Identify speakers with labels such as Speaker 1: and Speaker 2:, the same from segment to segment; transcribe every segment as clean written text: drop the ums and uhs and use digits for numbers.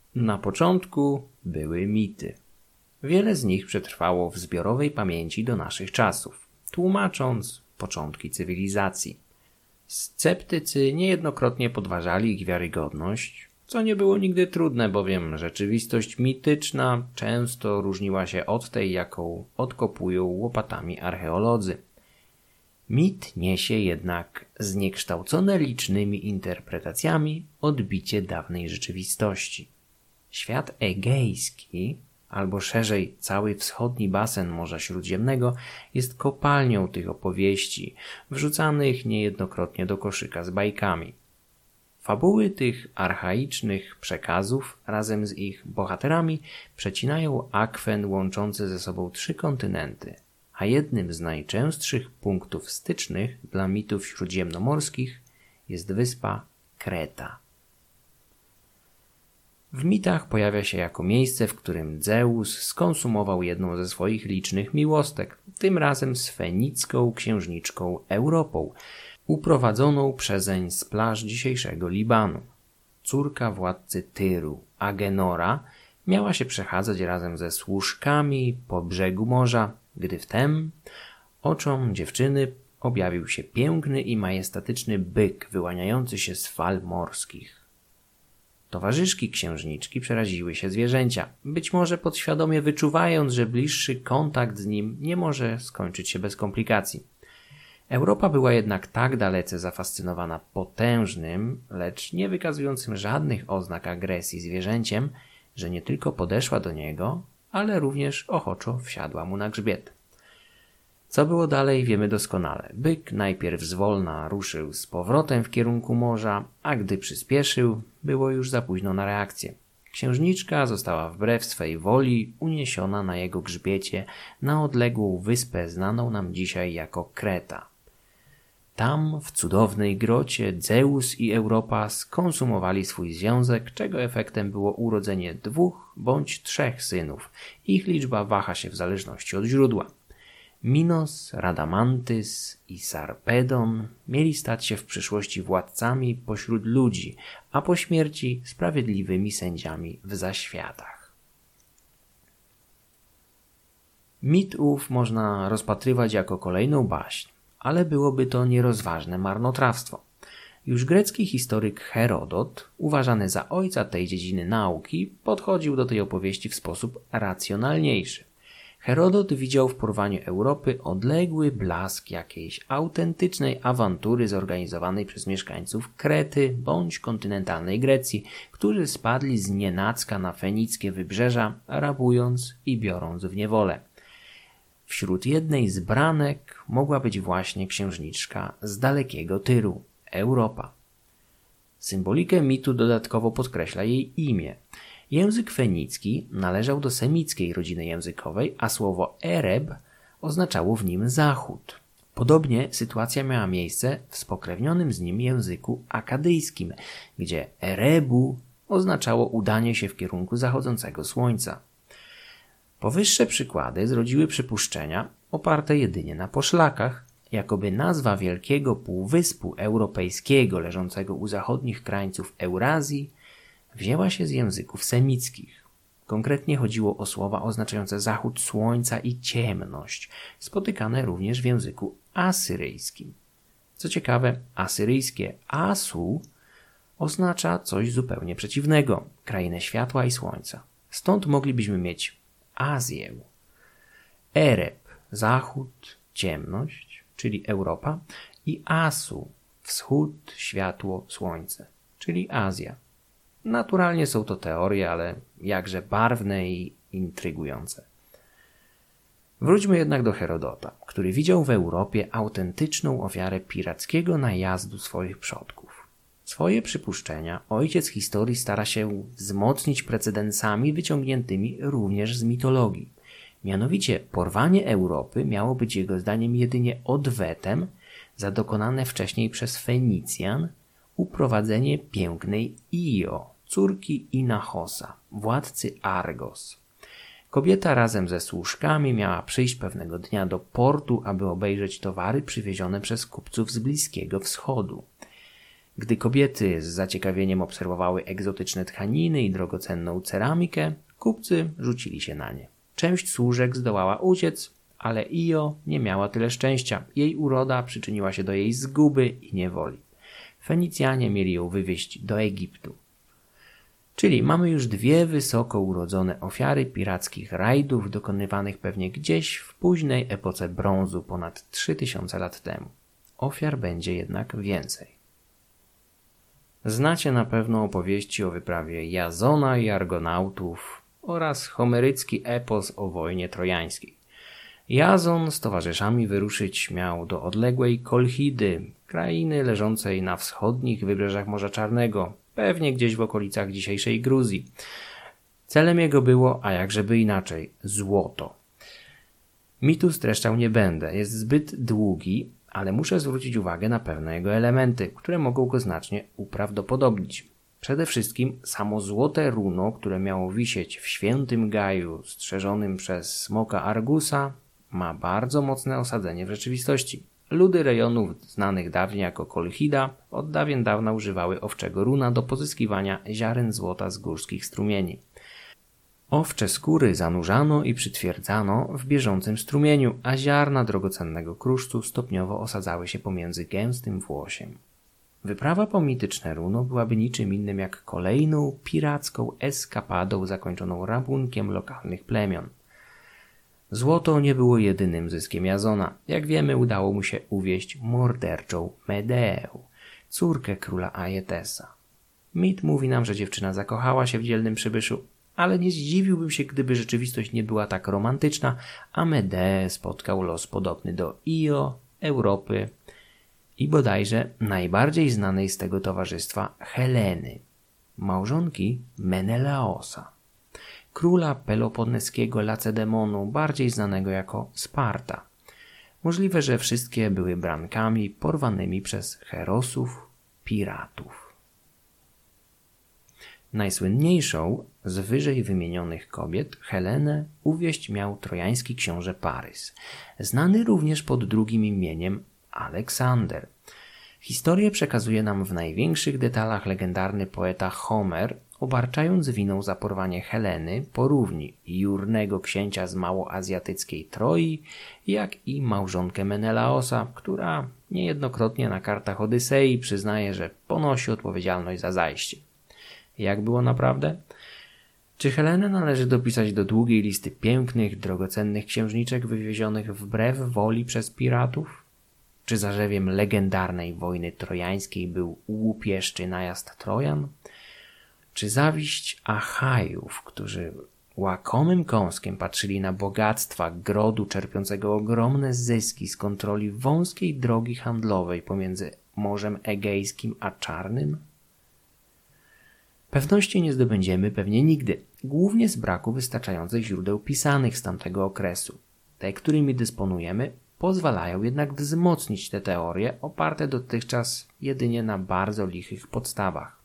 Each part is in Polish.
Speaker 1: Na początku były mity. Wiele z nich przetrwało w zbiorowej pamięci do naszych czasów, tłumacząc początki cywilizacji. Sceptycy niejednokrotnie podważali ich wiarygodność, co nie było nigdy trudne, bowiem rzeczywistość mityczna często różniła się od tej, jaką odkopują łopatami archeolodzy. Mit niesie jednak zniekształcone licznymi interpretacjami odbicie dawnej rzeczywistości. Świat egejski, albo szerzej cały wschodni basen Morza Śródziemnego, jest kopalnią tych opowieści, wrzucanych niejednokrotnie do koszyka z bajkami. Fabuły tych archaicznych przekazów razem z ich bohaterami przecinają akwen łączący ze sobą 3 kontynenty, a jednym z najczęstszych punktów stycznych dla mitów śródziemnomorskich jest wyspa Kreta. W mitach pojawia się jako miejsce, w którym Zeus skonsumował jedną ze swoich licznych miłostek, tym razem z fenicką księżniczką Europą, uprowadzoną przezeń z plaż dzisiejszego Libanu. Córka władcy Tyru, Agenora, miała się przechadzać razem ze służkami po brzegu morza, gdy wtem oczom dziewczyny objawił się piękny i majestatyczny byk wyłaniający się z fal morskich. Towarzyszki księżniczki przeraziły się zwierzęcia, być może podświadomie wyczuwając, że bliższy kontakt z nim nie może skończyć się bez komplikacji. Europa była jednak tak dalece zafascynowana potężnym, lecz nie wykazującym żadnych oznak agresji zwierzęciem, że nie tylko podeszła do niego, ale również ochoczo wsiadła mu na grzbiet. Co było dalej, wiemy doskonale. Byk najpierw zwolna ruszył z powrotem w kierunku morza, a gdy przyspieszył, było już za późno na reakcję. Księżniczka została wbrew swej woli uniesiona na jego grzbiecie na odległą wyspę znaną nam dzisiaj jako Kreta. Tam, w cudownej grocie, Zeus i Europa skonsumowali swój związek, czego efektem było urodzenie 2 bądź 3 synów. Ich liczba waha się w zależności od źródła. Minos, Radamantys i Sarpedon mieli stać się w przyszłości władcami pośród ludzi, a po śmierci sprawiedliwymi sędziami w zaświatach. Mit ów można rozpatrywać jako kolejną baśń, ale byłoby to nierozważne marnotrawstwo. Już grecki historyk Herodot, uważany za ojca tej dziedziny nauki, podchodził do tej opowieści w sposób racjonalniejszy. Herodot widział w porwaniu Europy odległy blask jakiejś autentycznej awantury zorganizowanej przez mieszkańców Krety bądź kontynentalnej Grecji, którzy spadli z nienacka na fenickie wybrzeża, rabując i biorąc w niewolę. Wśród jednej z branek mogła być właśnie księżniczka z dalekiego Tyru, Europa. Symbolikę mitu dodatkowo podkreśla jej imię. Język fenicki należał do semickiej rodziny językowej, a słowo Ereb oznaczało w nim zachód. Podobnie sytuacja miała miejsce w spokrewnionym z nim języku akadyjskim, gdzie Erebu oznaczało udanie się w kierunku zachodzącego słońca. Powyższe przykłady zrodziły przypuszczenia oparte jedynie na poszlakach, jakoby nazwa wielkiego półwyspu europejskiego leżącego u zachodnich krańców Eurazji wzięła się z języków semickich. Konkretnie chodziło o słowa oznaczające zachód słońca i ciemność, spotykane również w języku asyryjskim. Co ciekawe, asyryjskie Asu oznacza coś zupełnie przeciwnego, krainę światła i słońca. Stąd moglibyśmy mieć Azję. Ereb, zachód, ciemność, czyli Europa, i Asu, wschód, światło, słońce, czyli Azja. Naturalnie są to teorie, ale jakże barwne i intrygujące. Wróćmy jednak do Herodota, który widział w Europie autentyczną ofiarę pirackiego najazdu swoich przodków. Swoje przypuszczenia ojciec historii stara się wzmocnić precedensami wyciągniętymi również z mitologii. Mianowicie porwanie Europy miało być jego zdaniem jedynie odwetem za dokonane wcześniej przez Fenicjan uprowadzenie pięknej Io, córki Inachosa, władcy Argos. Kobieta razem ze służkami miała przyjść pewnego dnia do portu, aby obejrzeć towary przywiezione przez kupców z Bliskiego Wschodu. Gdy kobiety z zaciekawieniem obserwowały egzotyczne tkaniny i drogocenną ceramikę, kupcy rzucili się na nie. Część służek zdołała uciec, ale Io nie miała tyle szczęścia. Jej uroda przyczyniła się do jej zguby i niewoli. Fenicjanie mieli ją wywieźć do Egiptu. Czyli mamy już dwie wysoko urodzone ofiary pirackich rajdów dokonywanych pewnie gdzieś w późnej epoce brązu ponad 3000 lat temu. Ofiar będzie jednak więcej. Znacie na pewno opowieści o wyprawie Jazona i Argonautów oraz homerycki epos o wojnie trojańskiej. Jazon z towarzyszami wyruszyć miał do odległej Kolchidy, krainy leżącej na wschodnich wybrzeżach Morza Czarnego, pewnie gdzieś w okolicach dzisiejszej Gruzji. Celem jego było, a jakżeby inaczej, złoto. Mitu streszczał nie będę, jest zbyt długi, ale muszę zwrócić uwagę na pewne jego elementy, które mogą go znacznie uprawdopodobnić. Przede wszystkim samo złote runo, które miało wisieć w świętym gaju strzeżonym przez smoka Argusa, ma bardzo mocne osadzenie w rzeczywistości. Ludy rejonów znanych dawniej jako Kolchida od dawien dawna używały owczego runa do pozyskiwania ziaren złota z górskich strumieni. Owcze skóry zanurzano i przytwierdzano w bieżącym strumieniu, a ziarna drogocennego kruszcu stopniowo osadzały się pomiędzy gęstym włosiem. Wyprawa po mityczne runo byłaby niczym innym jak kolejną piracką eskapadą zakończoną rabunkiem lokalnych plemion. Złoto nie było jedynym zyskiem Jazona. Jak wiemy, udało mu się uwieść morderczą Medeę, córkę króla Aetesa. Mit mówi nam, że dziewczyna zakochała się w dzielnym przybyszu, ale nie zdziwiłbym się, gdyby rzeczywistość nie była tak romantyczna, a Medeę spotkał los podobny do Io, Europy i bodajże najbardziej znanej z tego towarzystwa Heleny, małżonki Menelaosa, króla peloponeskiego Lacedemonu, bardziej znanego jako Sparta. Możliwe, że wszystkie były brankami porwanymi przez Herosów, piratów. Najsłynniejszą z wyżej wymienionych kobiet, Helenę, uwieść miał trojański książę Parys, znany również pod drugim imieniem Aleksander. Historię przekazuje nam w największych detalach legendarny poeta Homer, obarczając winą za porwanie Heleny po równi jurnego księcia z małoazjatyckiej Troi, jak i małżonkę Menelaosa, która niejednokrotnie na kartach Odysei przyznaje, że ponosi odpowiedzialność za zajście. Jak było naprawdę? Czy Helenę należy dopisać do długiej listy pięknych, drogocennych księżniczek wywiezionych wbrew woli przez piratów? Czy zarzewiem legendarnej wojny trojańskiej był łupieszczy najazd Trojan? Czy zawiść Achajów, którzy łakomym kąskiem patrzyli na bogactwa grodu czerpiącego ogromne zyski z kontroli wąskiej drogi handlowej pomiędzy Morzem Egejskim a Czarnym? Pewności nie zdobędziemy pewnie nigdy, głównie z braku wystarczających źródeł pisanych z tamtego okresu. Te, którymi dysponujemy, pozwalają jednak wzmocnić te teorie oparte dotychczas jedynie na bardzo lichych podstawach.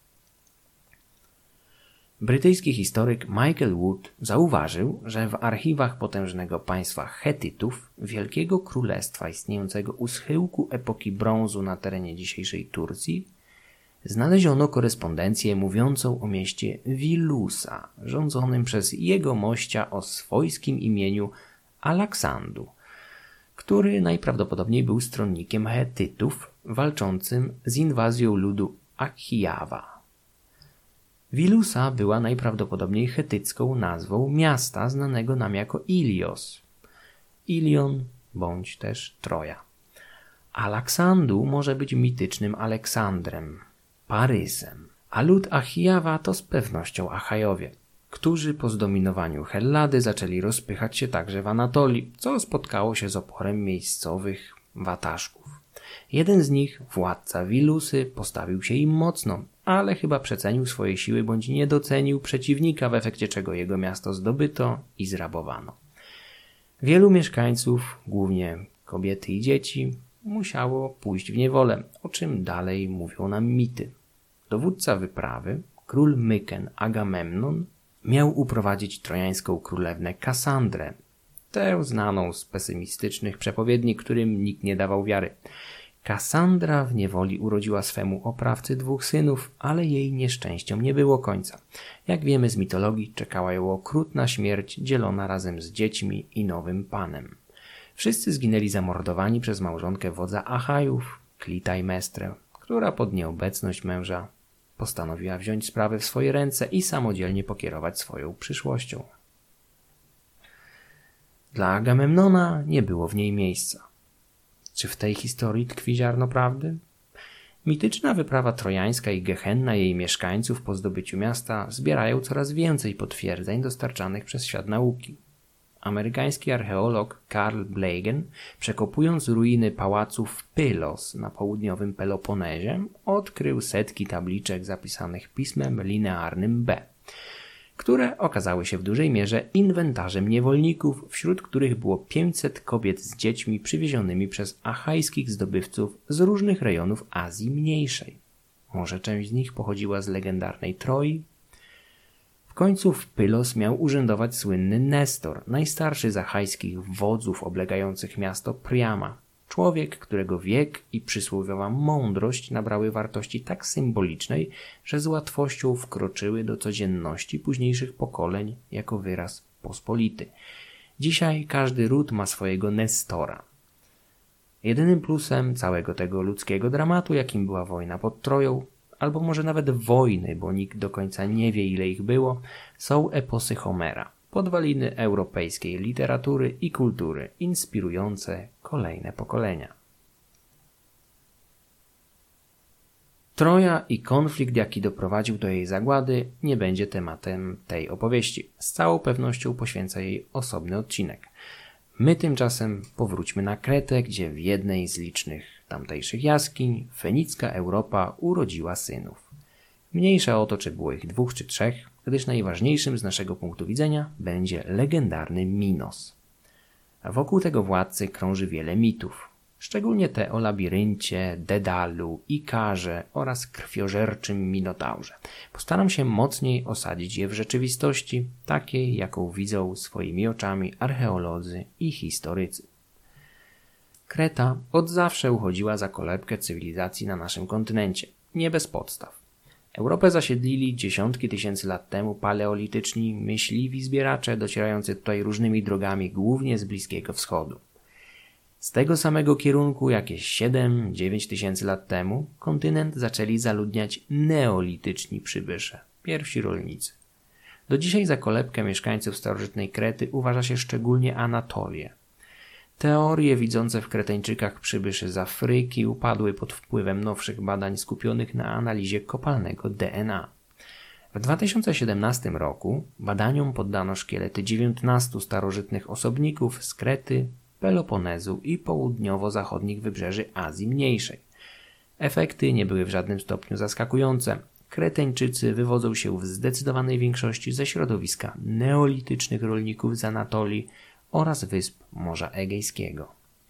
Speaker 1: Brytyjski historyk Michael Wood zauważył, że w archiwach potężnego państwa Chetytów, wielkiego królestwa istniejącego u schyłku epoki brązu na terenie dzisiejszej Turcji, znaleziono korespondencję mówiącą o mieście Wilusa, rządzonym przez jego mościa o swojskim imieniu Alaksandu, który najprawdopodobniej był stronnikiem Chetytów walczącym z inwazją ludu Achijawa. Wilusa była najprawdopodobniej chetycką nazwą miasta znanego nam jako Ilios, Ilion bądź też Troja. Alaksandu może być mitycznym Aleksandrem, Parysem, a lud Achijawa to z pewnością Achajowie, którzy po zdominowaniu Hellady zaczęli rozpychać się także w Anatolii, co spotkało się z oporem miejscowych wataszków. Jeden z nich, władca Wilusy, postawił się im mocno, ale chyba przecenił swoje siły bądź nie docenił przeciwnika, w efekcie czego jego miasto zdobyto i zrabowano. Wielu mieszkańców, głównie kobiety i dzieci, musiało pójść w niewolę, o czym dalej mówią nam mity. Dowódca wyprawy, król Myken Agamemnon, miał uprowadzić trojańską królewnę Kassandrę, tę znaną z pesymistycznych przepowiedni, którym nikt nie dawał wiary. Kassandra w niewoli urodziła swemu oprawcy 2 synów, ale jej nieszczęściom nie było końca. Jak wiemy z mitologii, czekała ją okrutna śmierć dzielona razem z dziećmi i nowym panem. Wszyscy zginęli zamordowani przez małżonkę wodza Achajów, Klitajmestrę, która pod nieobecność męża postanowiła wziąć sprawę w swoje ręce i samodzielnie pokierować swoją przyszłością. Dla Agamemnona nie było w niej miejsca. Czy w tej historii tkwi ziarno prawdy? Mityczna wyprawa trojańska i gehenna jej mieszkańców po zdobyciu miasta zbierają coraz więcej potwierdzeń dostarczanych przez świat nauki. Amerykański archeolog Carl Blegen, przekopując ruiny pałaców Pylos na południowym Peloponezie, odkrył setki tabliczek zapisanych pismem linearnym B, które okazały się w dużej mierze inwentarzem niewolników, wśród których było 500 kobiet z dziećmi przywiezionymi przez achajskich zdobywców z różnych rejonów Azji Mniejszej. Może część z nich pochodziła z legendarnej Troi? W końcu w Pylos miał urzędować słynny Nestor, najstarszy z achajskich wodzów oblegających miasto Priama. Człowiek, którego wiek i przysłowiowa mądrość nabrały wartości tak symbolicznej, że z łatwością wkroczyły do codzienności późniejszych pokoleń jako wyraz pospolity. Dzisiaj każdy ród ma swojego Nestora. Jedynym plusem całego tego ludzkiego dramatu, jakim była wojna pod Troją, albo może nawet wojny, bo nikt do końca nie wie, ile ich było, są eposy Homera, podwaliny europejskiej literatury i kultury, inspirujące kolejne pokolenia. Troja i konflikt, jaki doprowadził do jej zagłady, nie będzie tematem tej opowieści. Z całą pewnością poświęcę jej osobny odcinek. My tymczasem powróćmy na Kretę, gdzie w jednej z licznych tamtejszych jaskiń fenicka Europa urodziła synów. Mniejsza o to, czy było ich 2 czy 3, gdyż najważniejszym z naszego punktu widzenia będzie legendarny Minos. A wokół tego władcy krąży wiele mitów, szczególnie te o labiryncie, Dedalu, Ikarze oraz krwiożerczym Minotaurze. Postaram się mocniej osadzić je w rzeczywistości, takiej jaką widzą swoimi oczami archeolodzy i historycy. Kreta od zawsze uchodziła za kolebkę cywilizacji na naszym kontynencie, nie bez podstaw. Europę zasiedlili dziesiątki tysięcy lat temu paleolityczni myśliwi zbieracze docierający tutaj różnymi drogami, głównie z Bliskiego Wschodu. Z tego samego kierunku jakieś 7-9 tysięcy lat temu kontynent zaczęli zaludniać neolityczni przybysze, pierwsi rolnicy. Do dzisiaj za kolebkę mieszkańców starożytnej Krety uważa się szczególnie Anatolię. Teorie widzące w Kreteńczykach przybyszy z Afryki upadły pod wpływem nowszych badań skupionych na analizie kopalnego DNA. W 2017 roku badaniom poddano szkielety 19 starożytnych osobników z Krety, Peloponezu i południowo-zachodnich wybrzeży Azji Mniejszej. Efekty nie były w żadnym stopniu zaskakujące. Kreteńczycy wywodzą się w zdecydowanej większości ze środowiska neolitycznych rolników z Anatolii oraz wysp Morza Egejskiego.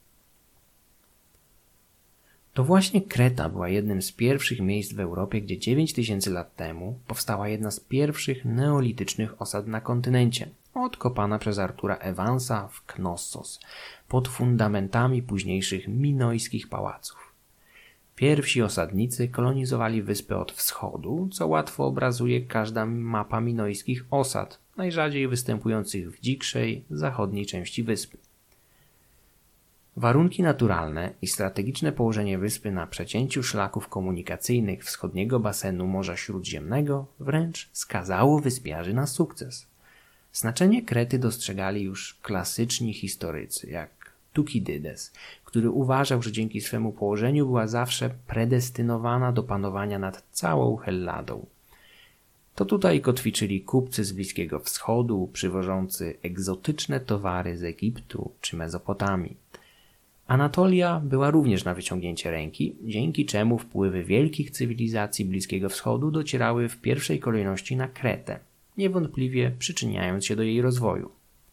Speaker 1: To właśnie Kreta była jednym z pierwszych miejsc w Europie, gdzie 9000 lat temu powstała jedna z pierwszych neolitycznych osad na kontynencie, odkopana przez Artura Evansa w Knossos, pod fundamentami późniejszych minojskich pałaców. Pierwsi osadnicy kolonizowali wyspy od wschodu, co łatwo obrazuje każda mapa minojskich osad, najrzadziej występujących w dzikszej, zachodniej części wyspy. Warunki naturalne i strategiczne położenie wyspy na przecięciu szlaków komunikacyjnych wschodniego basenu Morza Śródziemnego wręcz skazało wyspiarzy na sukces. Znaczenie Krety dostrzegali już klasyczni historycy, jak Tukidydes, który uważał, że dzięki swemu położeniu była zawsze predestynowana do panowania nad całą Helladą. To tutaj kotwiczyli kupcy z Bliskiego Wschodu, przywożący egzotyczne towary z Egiptu czy Mezopotamii. Anatolia była również na wyciągnięcie ręki, dzięki czemu wpływy wielkich cywilizacji Bliskiego Wschodu docierały w pierwszej kolejności na Kretę, niewątpliwie przyczyniając się do jej rozwoju.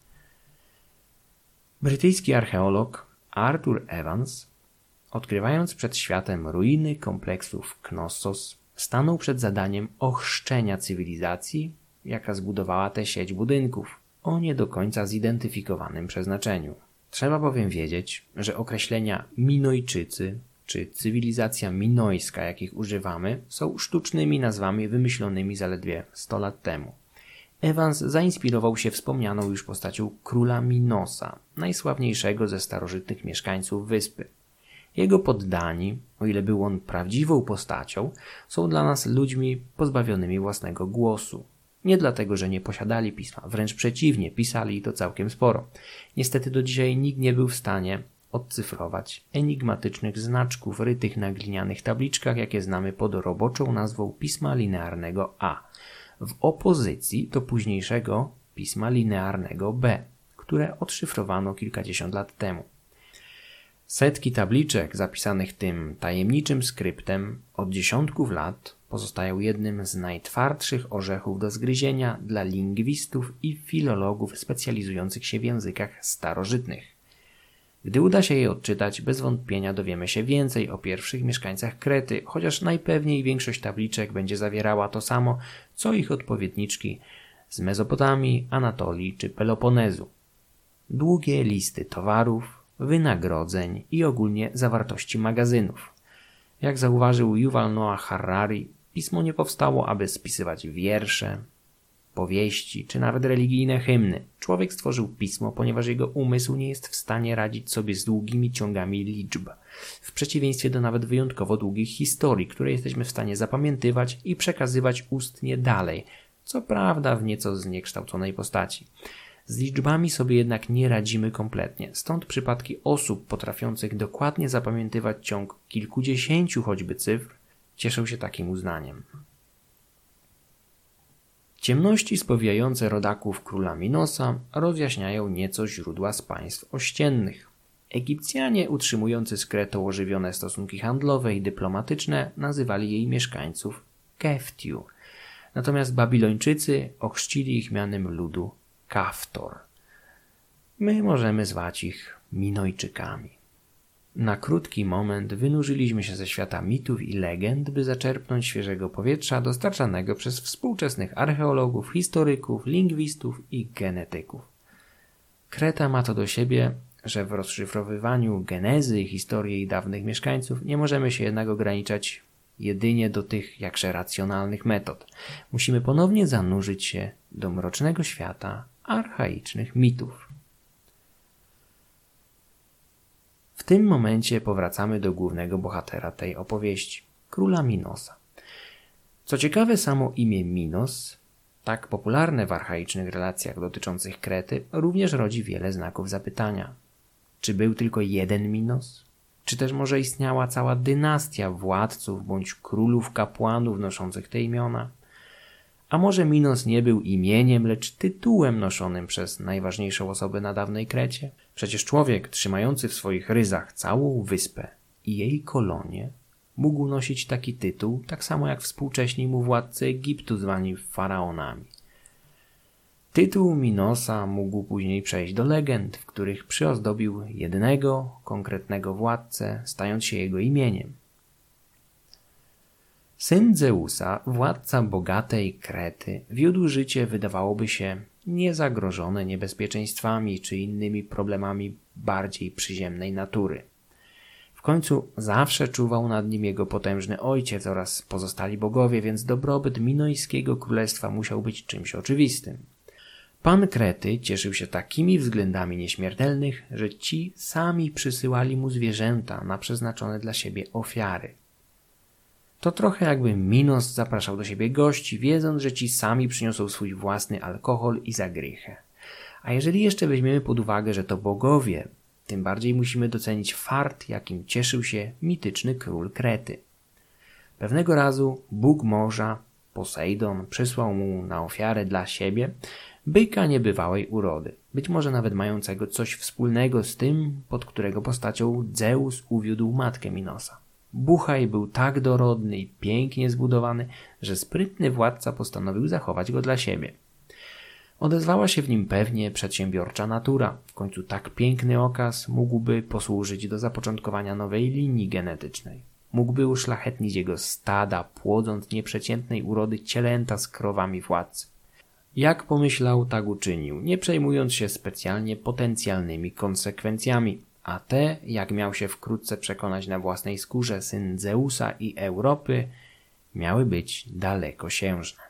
Speaker 1: Brytyjski archeolog Arthur Evans, odkrywając przed światem ruiny kompleksów Knossos, stanął przed zadaniem ochrzczenia cywilizacji, jaka zbudowała tę sieć budynków, o nie do końca zidentyfikowanym przeznaczeniu. Trzeba bowiem wiedzieć, że określenia Minojczycy, czy cywilizacja minojska, jakich używamy, są sztucznymi nazwami wymyślonymi zaledwie 100 lat temu. Evans zainspirował się wspomnianą już postacią króla Minosa, najsławniejszego ze starożytnych mieszkańców wyspy. Jego poddani, o ile był on prawdziwą postacią, są dla nas ludźmi pozbawionymi własnego głosu. Nie dlatego, że nie posiadali pisma, wręcz przeciwnie, pisali i to całkiem sporo. Niestety do dzisiaj nikt nie był w stanie odcyfrować enigmatycznych znaczków rytych na glinianych tabliczkach, jakie znamy pod roboczą nazwą pisma linearnego A, w opozycji do późniejszego pisma linearnego B, które odszyfrowano kilkadziesiąt lat temu. Setki tabliczek zapisanych tym tajemniczym skryptem od dziesiątków lat pozostają jednym z najtwardszych orzechów do zgryzienia dla lingwistów i filologów specjalizujących się w językach starożytnych. Gdy uda się je odczytać, bez wątpienia dowiemy się więcej o pierwszych mieszkańcach Krety, chociaż najpewniej większość tabliczek będzie zawierała to samo, co ich odpowiedniczki z Mezopotamii, Anatolii czy Peloponezu. Długie listy towarów, wynagrodzeń i ogólnie zawartości magazynów. Jak zauważył Yuval Noah Harari, pismo nie powstało, aby spisywać wiersze, powieści czy nawet religijne hymny. Człowiek stworzył pismo, ponieważ jego umysł nie jest w stanie radzić sobie z długimi ciągami liczb, w przeciwieństwie do nawet wyjątkowo długich historii, które jesteśmy w stanie zapamiętywać i przekazywać ustnie dalej, co prawda w nieco zniekształconej postaci. Z liczbami sobie jednak nie radzimy kompletnie, stąd przypadki osób potrafiących dokładnie zapamiętywać ciąg kilkudziesięciu choćby cyfr cieszą się takim uznaniem. Ciemności spowijające rodaków króla Minosa rozjaśniają nieco źródła z państw ościennych. Egipcjanie utrzymujący z Kretą ożywione stosunki handlowe i dyplomatyczne nazywali jej mieszkańców Keftiu, natomiast Babilończycy ochrzcili ich mianem ludu Kaftor. My możemy zwać ich Minojczykami. Na krótki moment wynurzyliśmy się ze świata mitów i legend, by zaczerpnąć świeżego powietrza dostarczanego przez współczesnych archeologów, historyków, lingwistów i genetyków. Kreta ma to do siebie, że w rozszyfrowywaniu genezy i historii jej dawnych mieszkańców nie możemy się jednak ograniczać jedynie do tych jakże racjonalnych metod. Musimy ponownie zanurzyć się do mrocznego świata archaicznych mitów. W tym momencie powracamy do głównego bohatera tej opowieści, króla Minosa. Co ciekawe, samo imię Minos, tak popularne w archaicznych relacjach dotyczących Krety, również rodzi wiele znaków zapytania. Czy był tylko jeden Minos? Czy też może istniała cała dynastia władców bądź królów kapłanów noszących te imiona? A może Minos nie był imieniem, lecz tytułem noszonym przez najważniejszą osobę na dawnej Krecie? Przecież człowiek trzymający w swoich ryzach całą wyspę i jej kolonię mógł nosić taki tytuł, tak samo jak współcześni mu władcy Egiptu zwani faraonami. Tytuł Minosa mógł później przejść do legend, w których przyozdobił jednego, konkretnego władcę, stając się jego imieniem. Syn Zeusa, władca bogatej Krety, wiódł życie, wydawałoby się, niezagrożone niebezpieczeństwami czy innymi problemami bardziej przyziemnej natury. W końcu zawsze czuwał nad nim jego potężny ojciec oraz pozostali bogowie, więc dobrobyt minojskiego królestwa musiał być czymś oczywistym. Pan Krety cieszył się takimi względami nieśmiertelnych, że ci sami przysyłali mu zwierzęta na przeznaczone dla siebie ofiary. To trochę jakby Minos zapraszał do siebie gości, wiedząc, że ci sami przyniosą swój własny alkohol i zagrychę. A jeżeli jeszcze weźmiemy pod uwagę, że to bogowie, tym bardziej musimy docenić fart, jakim cieszył się mityczny król Krety. Pewnego razu Bóg morza, Posejdon, przysłał mu na ofiarę dla siebie byka niebywałej urody, być może nawet mającego coś wspólnego z tym, pod którego postacią Zeus uwiódł matkę Minosa. Buchaj był tak dorodny i pięknie zbudowany, że sprytny władca postanowił zachować go dla siebie. Odezwała się w nim pewnie przedsiębiorcza natura. W końcu tak piękny okaz mógłby posłużyć do zapoczątkowania nowej linii genetycznej. Mógłby uszlachetnić jego stada, płodząc nieprzeciętnej urody cielęta z krowami władcy. Jak pomyślał, tak uczynił, nie przejmując się specjalnie potencjalnymi konsekwencjami. a te, jak miał się wkrótce przekonać na własnej skórze syn Zeusa i Europy, miały być dalekosiężne.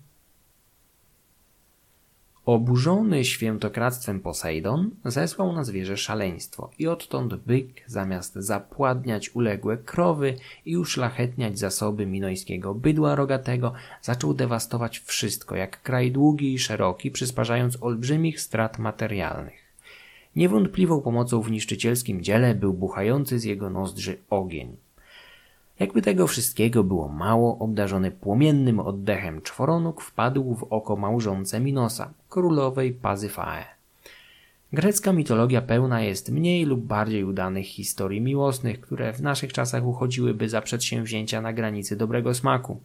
Speaker 1: Oburzony świętokradztwem Posejdon zesłał na zwierzę szaleństwo i odtąd byk, zamiast zapładniać uległe krowy i uszlachetniać zasoby minojskiego bydła rogatego, zaczął dewastować wszystko, jak kraj długi i szeroki, przysparzając olbrzymich strat materialnych. Niewątpliwą pomocą w niszczycielskim dziele był buchający z jego nozdrzy ogień. Jakby tego wszystkiego było mało, obdarzony płomiennym oddechem czworonóg wpadł w oko małżonce Minosa, królowej Pazyfae. Grecka mitologia pełna jest mniej lub bardziej udanych historii miłosnych, które w naszych czasach uchodziłyby za przedsięwzięcia na granicy dobrego smaku,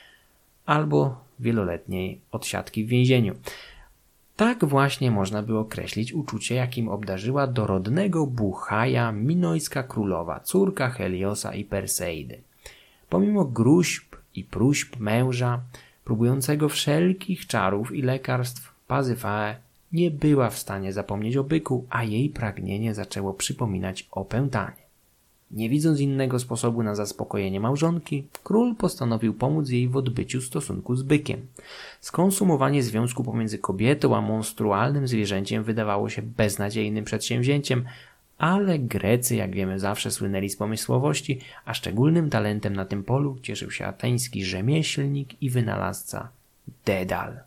Speaker 1: albo wieloletniej odsiadki w więzieniu. Tak właśnie można by określić uczucie, jakim obdarzyła dorodnego Buchaja minojska królowa, córka Heliosa i Perseidy. Pomimo gruźb i próśb męża, próbującego wszelkich czarów i lekarstw, Pazyfae nie była w stanie zapomnieć o byku, a jej pragnienie zaczęło przypominać opętanie. Nie widząc innego sposobu na zaspokojenie małżonki, król postanowił pomóc jej w odbyciu stosunku z bykiem. Skonsumowanie związku pomiędzy kobietą a monstrualnym zwierzęciem wydawało się beznadziejnym przedsięwzięciem, ale Grecy, jak wiemy, zawsze słynęli z pomysłowości, a szczególnym talentem na tym polu cieszył się ateński rzemieślnik i wynalazca Dedal.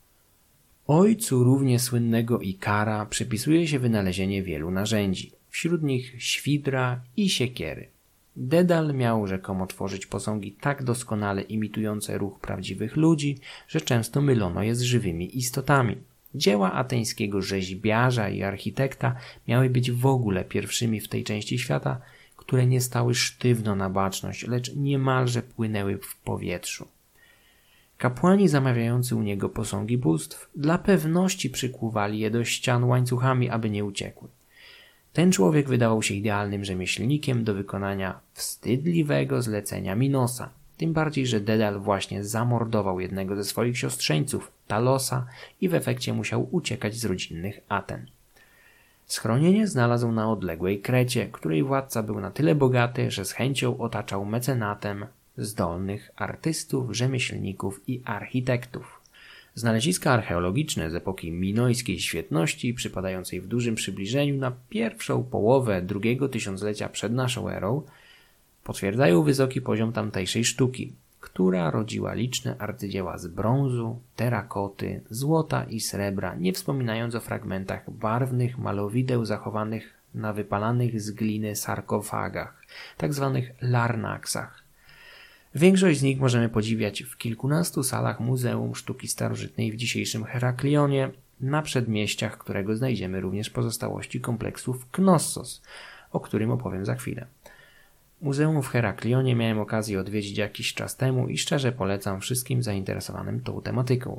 Speaker 1: Ojcu równie słynnego Ikara przypisuje się wynalezienie wielu narzędzi, wśród nich świdra i siekiery. Dedal miał rzekomo tworzyć posągi tak doskonale imitujące ruch prawdziwych ludzi, że często mylono je z żywymi istotami. Dzieła ateńskiego rzeźbiarza i architekta miały być w ogóle pierwszymi w tej części świata, które nie stały sztywno na baczność, lecz niemalże płynęły w powietrzu. Kapłani zamawiający u niego posągi bóstw dla pewności przykuwali je do ścian łańcuchami, aby nie uciekły. Ten człowiek wydawał się idealnym rzemieślnikiem do wykonania wstydliwego zlecenia Minosa, tym bardziej, że Dedal właśnie zamordował jednego ze swoich siostrzeńców, Talosa, i w efekcie musiał uciekać z rodzinnych Aten. Schronienie znalazł na odległej Krecie, której władca był na tyle bogaty, że z chęcią otaczał mecenatem zdolnych artystów, rzemieślników i architektów. Znaleziska archeologiczne z epoki minojskiej świetności, przypadającej w dużym przybliżeniu na pierwszą połowę drugiego tysiąclecia przed naszą erą, potwierdzają wysoki poziom tamtejszej sztuki, która rodziła liczne arcydzieła z brązu, terakoty, złota i srebra, nie wspominając o fragmentach barwnych malowideł zachowanych na wypalanych z gliny sarkofagach, tzw. larnaksach. Większość z nich możemy podziwiać w kilkunastu salach Muzeum Sztuki Starożytnej w dzisiejszym Heraklionie, na przedmieściach którego znajdziemy również pozostałości kompleksów Knossos, o którym opowiem za chwilę. Muzeum w Heraklionie miałem okazję odwiedzić jakiś czas temu i szczerze polecam wszystkim zainteresowanym tą tematyką.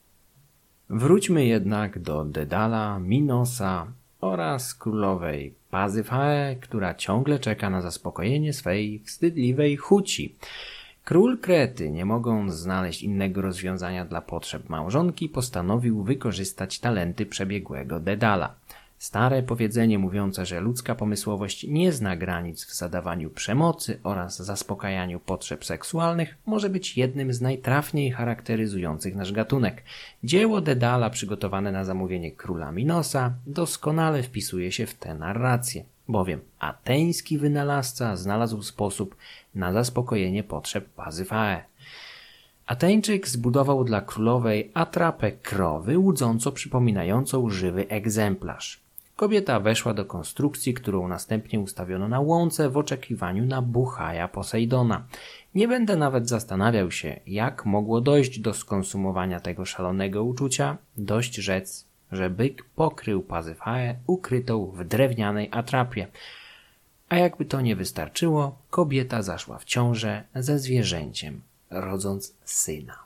Speaker 1: Wróćmy jednak do Dedala, Minosa oraz królowej Pazyfae, która ciągle czeka na zaspokojenie swej wstydliwej chuci. Król Krety, nie mogąc znaleźć innego rozwiązania dla potrzeb małżonki, postanowił wykorzystać talenty przebiegłego Dedala. Stare powiedzenie mówiące, że ludzka pomysłowość nie zna granic w zadawaniu przemocy oraz zaspokajaniu potrzeb seksualnych, może być jednym z najtrafniej charakteryzujących nasz gatunek. Dzieło Dedala, przygotowane na zamówienie króla Minosa, doskonale wpisuje się w tę narrację, bowiem ateński wynalazca znalazł sposób na zaspokojenie potrzeb Pazyfae. Ateńczyk zbudował dla królowej atrapę krowy, łudząco przypominającą żywy egzemplarz. Kobieta weszła do konstrukcji, którą następnie ustawiono na łące w oczekiwaniu na Buchaja Posejdona. Nie będę nawet zastanawiał się, jak mogło dojść do skonsumowania tego szalonego uczucia. Dość rzec, że byk pokrył Pazyfae ukrytą w drewnianej atrapie. A jakby to nie wystarczyło, kobieta zaszła w ciążę ze zwierzęciem, rodząc syna.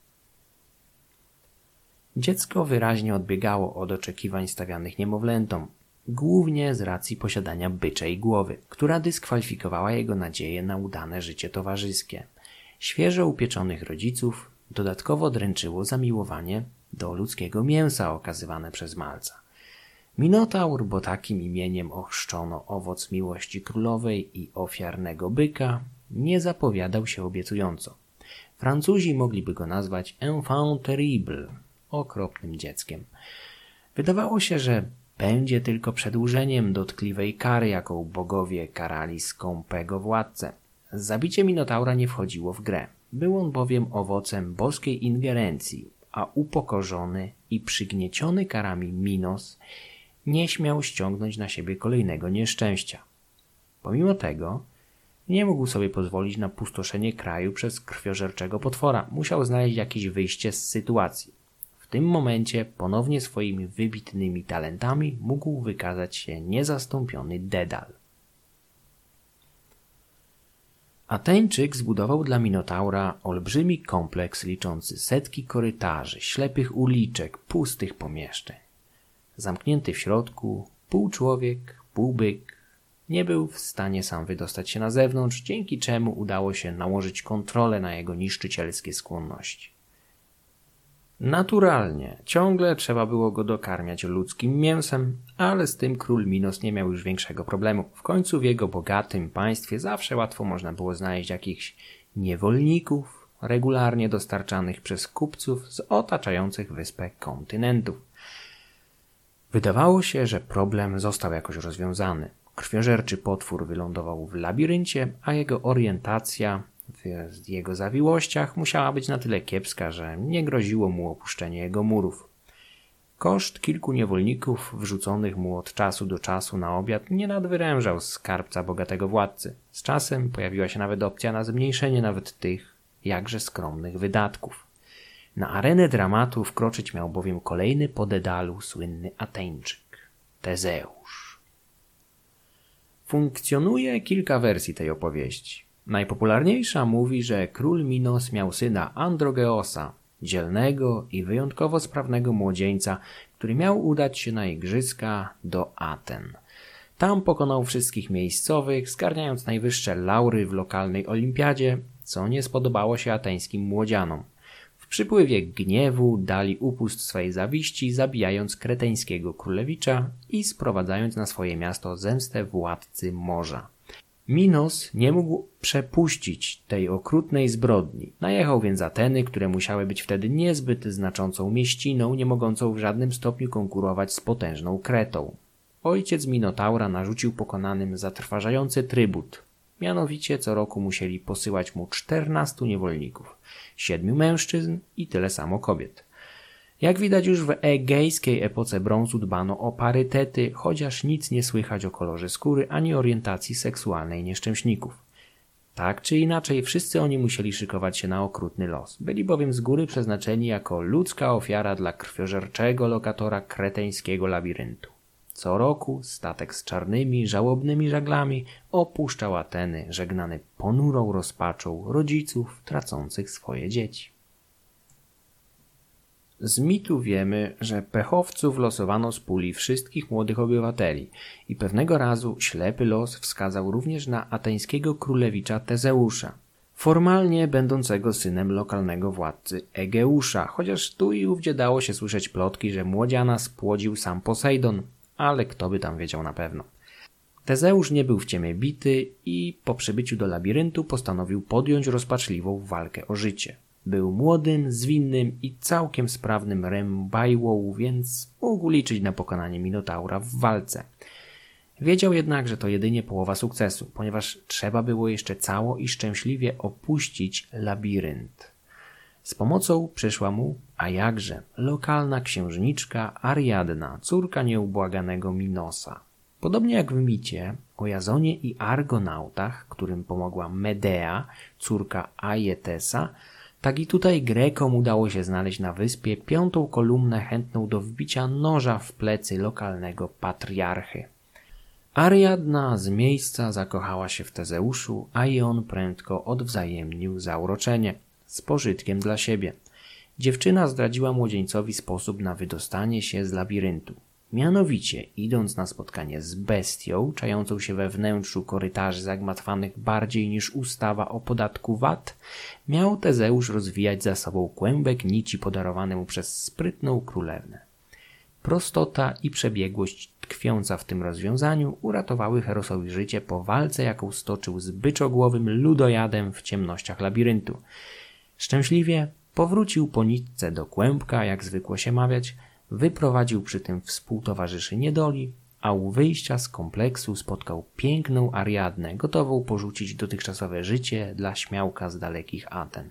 Speaker 1: Dziecko wyraźnie odbiegało od oczekiwań stawianych niemowlętom, głównie z racji posiadania byczej głowy, która dyskwalifikowała jego nadzieję na udane życie towarzyskie. Świeżo upieczonych rodziców dodatkowo dręczyło zamiłowanie do ludzkiego mięsa okazywane przez malca. Minotaur, bo takim imieniem ochrzczono owoc miłości królowej i ofiarnego byka, nie zapowiadał się obiecująco. Francuzi mogliby go nazwać enfant terrible, okropnym dzieckiem. Wydawało się, że będzie tylko przedłużeniem dotkliwej kary, jaką bogowie karali skąpego władcę. Zabicie Minotaura nie wchodziło w grę. Był on bowiem owocem boskiej ingerencji, a upokorzony i przygnieciony karami Minos nie śmiał ściągnąć na siebie kolejnego nieszczęścia. Pomimo tego nie mógł sobie pozwolić na pustoszenie kraju przez krwiożerczego potwora. Musiał znaleźć jakieś wyjście z sytuacji. W tym momencie ponownie swoimi wybitnymi talentami mógł wykazać się niezastąpiony Dedal. Ateńczyk zbudował dla Minotaura olbrzymi kompleks liczący setki korytarzy, ślepych uliczek, pustych pomieszczeń. Zamknięty w środku, pół człowiek, pół byk, nie był w stanie sam wydostać się na zewnątrz, dzięki czemu udało się nałożyć kontrolę na jego niszczycielskie skłonności. Naturalnie, ciągle trzeba było go dokarmiać ludzkim mięsem, ale z tym król Minos nie miał już większego problemu. W końcu w jego bogatym państwie zawsze łatwo można było znaleźć jakichś niewolników, regularnie dostarczanych przez kupców z otaczających wyspę kontynentów. Wydawało się, że problem został jakoś rozwiązany. Krwiożerczy potwór wylądował w labiryncie, a jego orientacja w jego zawiłościach musiała być na tyle kiepska, że nie groziło mu opuszczenie jego murów. Koszt kilku niewolników wrzuconych mu od czasu do czasu na obiad nie nadwyrężał skarbca bogatego władcy. Z czasem pojawiła się nawet opcja na zmniejszenie nawet tych jakże skromnych wydatków. Na arenę dramatu wkroczyć miał bowiem kolejny po Dedalu słynny Ateńczyk – Tezeusz. Funkcjonuje kilka wersji tej opowieści. Najpopularniejsza mówi, że król Minos miał syna Androgeosa, dzielnego i wyjątkowo sprawnego młodzieńca, który miał udać się na igrzyska do Aten. Tam pokonał wszystkich miejscowych, zgarniając najwyższe laury w lokalnej olimpiadzie, co nie spodobało się ateńskim młodzianom. W przypływie gniewu dali upust swej zawiści, zabijając kreteńskiego królewicza i sprowadzając na swoje miasto zemstę władcy morza. Minos nie mógł przepuścić tej okrutnej zbrodni. Najechał więc Ateny, które musiały być wtedy niezbyt znaczącą mieściną, nie mogącą w żadnym stopniu konkurować z potężną Kretą. Ojciec Minotaura narzucił pokonanym zatrważający trybut. Mianowicie co roku musieli posyłać mu 14 niewolników, 7 mężczyzn i tyle samo kobiet. Jak widać już w egejskiej epoce brązu dbano o parytety, chociaż nic nie słychać o kolorze skóry ani orientacji seksualnej nieszczęśników. Tak czy inaczej wszyscy oni musieli szykować się na okrutny los. Byli bowiem z góry przeznaczeni jako ludzka ofiara dla krwiożerczego lokatora kreteńskiego labiryntu. Co roku statek z czarnymi, żałobnymi żaglami opuszczał Ateny, żegnany ponurą rozpaczą rodziców tracących swoje dzieci. Z mitu wiemy, że pechowców losowano z puli wszystkich młodych obywateli i pewnego razu ślepy los wskazał również na ateńskiego królewicza Tezeusza, formalnie będącego synem lokalnego władcy Egeusza, chociaż tu i ówdzie dało się słyszeć plotki, że młodziana spłodził sam Posejdon, ale kto by tam wiedział na pewno. Tezeusz nie był w ciemię bity i po przybyciu do labiryntu postanowił podjąć rozpaczliwą walkę o życie. Był młodym, zwinnym i całkiem sprawnym rębajłą, więc mógł liczyć na pokonanie Minotaura w walce. Wiedział jednak, że to jedynie połowa sukcesu, ponieważ trzeba było jeszcze cało i szczęśliwie opuścić labirynt. Z pomocą przyszła mu, a jakże, lokalna księżniczka Ariadna, córka nieubłaganego Minosa. Podobnie jak w micie o Jazonie i Argonautach, którym pomogła Medea, córka Aietesa, tak i tutaj Grekom udało się znaleźć na wyspie 5. kolumnę chętną do wbicia noża w plecy lokalnego patriarchy. Ariadna z miejsca zakochała się w Tezeuszu, a i on prędko odwzajemnił zauroczenie, z pożytkiem dla siebie. Dziewczyna zdradziła młodzieńcowi sposób na wydostanie się z labiryntu. Mianowicie, idąc na spotkanie z bestią, czającą się we wnętrzu korytarzy zagmatwanych bardziej niż ustawa o podatku VAT, miał Tezeusz rozwijać za sobą kłębek nici podarowany mu przez sprytną królewnę. Prostota i przebiegłość tkwiąca w tym rozwiązaniu uratowały Herosowi życie po walce, jaką stoczył z byczogłowym ludojadem w ciemnościach labiryntu. Szczęśliwie powrócił po nitce do kłębka, jak zwykło się mawiać, wyprowadził przy tym współtowarzyszy niedoli, a u wyjścia z kompleksu spotkał piękną Ariadnę, gotową porzucić dotychczasowe życie dla śmiałka z dalekich Aten.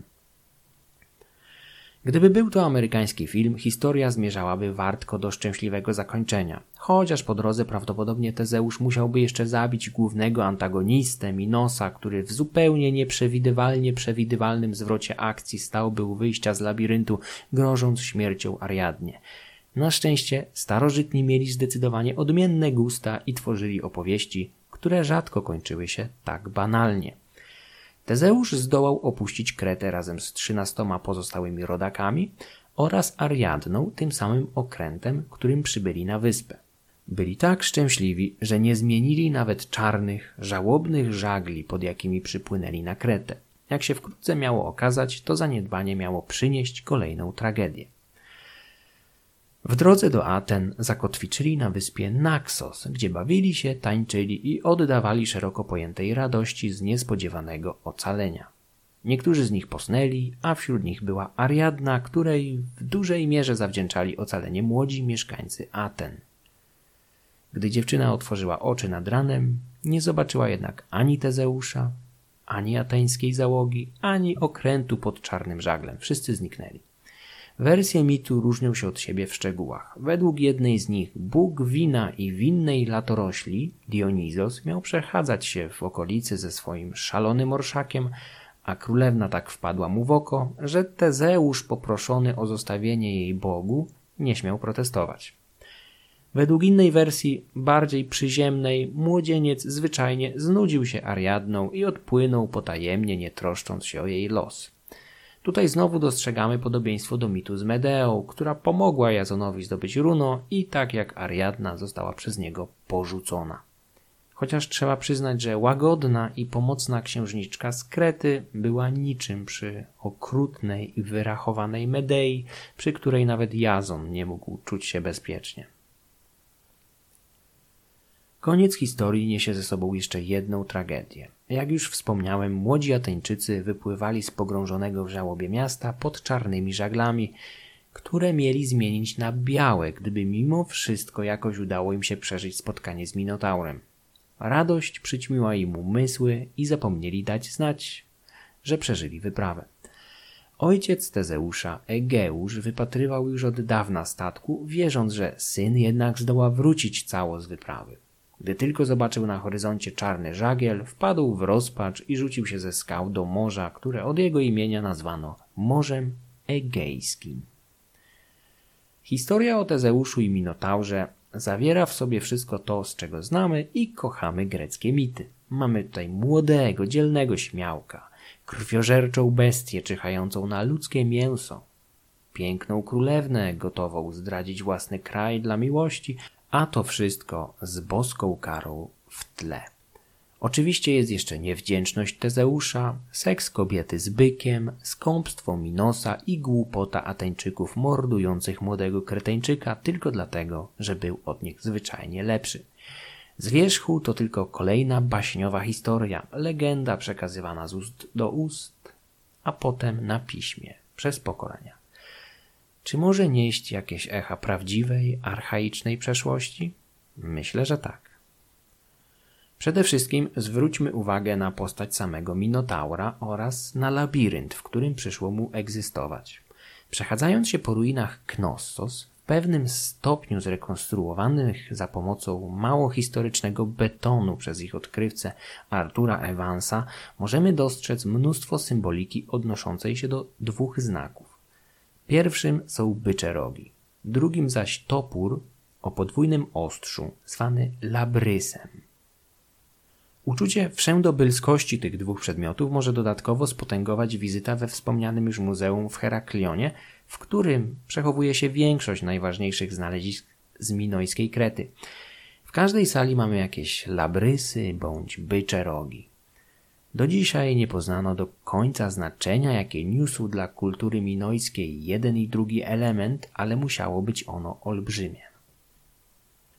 Speaker 1: Gdyby był to amerykański film, historia zmierzałaby wartko do szczęśliwego zakończenia, chociaż po drodze prawdopodobnie Tezeusz musiałby jeszcze zabić głównego antagonistę Minosa, który w zupełnie nieprzewidywalnie przewidywalnym zwrocie akcji stałby u wyjścia z labiryntu, grożąc śmiercią Ariadnie. Na szczęście starożytni mieli zdecydowanie odmienne gusta i tworzyli opowieści, które rzadko kończyły się tak banalnie. Tezeusz zdołał opuścić Kretę razem z 13 pozostałymi rodakami oraz Ariadną, tym samym okrętem, którym przybyli na wyspę. Byli tak szczęśliwi, że nie zmienili nawet czarnych, żałobnych żagli, pod jakimi przypłynęli na Kretę. Jak się wkrótce miało okazać, to zaniedbanie miało przynieść kolejną tragedię. W drodze do Aten zakotwiczyli na wyspie Naxos, gdzie bawili się, tańczyli i oddawali szeroko pojętej radości z niespodziewanego ocalenia. Niektórzy z nich posnęli, a wśród nich była Ariadna, której w dużej mierze zawdzięczali ocalenie młodzi mieszkańcy Aten. Gdy dziewczyna otworzyła oczy nad ranem, nie zobaczyła jednak ani Tezeusza, ani ateńskiej załogi, ani okrętu pod czarnym żaglem. Wszyscy zniknęli. Wersje mitu różnią się od siebie w szczegółach. Według jednej z nich bóg wina i winnej latorośli, Dionizos, miał przechadzać się w okolicy ze swoim szalonym orszakiem, a królewna tak wpadła mu w oko, że Tezeusz, poproszony o zostawienie jej bogu, nie śmiał protestować. Według innej wersji, bardziej przyziemnej, młodzieniec zwyczajnie znudził się Ariadną i odpłynął potajemnie, nie troszcząc się o jej los. Tutaj znowu dostrzegamy podobieństwo do mitu z Medeą, która pomogła Jasonowi zdobyć runo i tak jak Ariadna została przez niego porzucona. Chociaż trzeba przyznać, że łagodna i pomocna księżniczka z Krety była niczym przy okrutnej i wyrachowanej Medei, przy której nawet Jason nie mógł czuć się bezpiecznie. Koniec historii niesie ze sobą jeszcze jedną tragedię. Jak już wspomniałem, młodzi Ateńczycy wypływali z pogrążonego w żałobie miasta pod czarnymi żaglami, które mieli zmienić na białe, gdyby mimo wszystko jakoś udało im się przeżyć spotkanie z Minotaurem. Radość przyćmiła im umysły i zapomnieli dać znać, że przeżyli wyprawę. Ojciec Tezeusza, Egeusz, wypatrywał już od dawna statku, wierząc, że syn jednak zdoła wrócić cało z wyprawy. Gdy tylko zobaczył na horyzoncie czarny żagiel, wpadł w rozpacz i rzucił się ze skał do morza, które od jego imienia nazwano Morzem Egejskim. Historia o Tezeuszu i Minotaurze zawiera w sobie wszystko to, z czego znamy i kochamy greckie mity. Mamy tutaj młodego, dzielnego śmiałka, krwiożerczą bestię czyhającą na ludzkie mięso, piękną królewnę gotową zdradzić własny kraj dla miłości, a to wszystko z boską karą w tle. Oczywiście jest jeszcze niewdzięczność Tezeusza, seks kobiety z bykiem, skąpstwo Minosa i głupota Ateńczyków mordujących młodego Kreteńczyka tylko dlatego, że był od nich zwyczajnie lepszy. Z wierzchu to tylko kolejna baśniowa historia, legenda przekazywana z ust do ust, a potem na piśmie przez pokolenia. Czy może nieść jakieś echa prawdziwej, archaicznej przeszłości? Myślę, że tak. Przede wszystkim zwróćmy uwagę na postać samego Minotaura oraz na labirynt, w którym przyszło mu egzystować. Przechadzając się po ruinach Knossos, w pewnym stopniu zrekonstruowanych za pomocą mało historycznego betonu przez ich odkrywcę Artura Evansa, możemy dostrzec mnóstwo symboliki odnoszącej się do dwóch znaków. Pierwszym są bycze rogi, drugim zaś topór o podwójnym ostrzu, zwany labrysem. Uczucie wszędobylskości tych dwóch przedmiotów może dodatkowo spotęgować wizyta we wspomnianym już muzeum w Heraklionie, w którym przechowuje się większość najważniejszych znalezisk z minojskiej Krety. W każdej sali mamy jakieś labrysy bądź bycze rogi. Do dzisiaj nie poznano do końca znaczenia, jakie niósł dla kultury minojskiej jeden i drugi element, ale musiało być ono olbrzymie.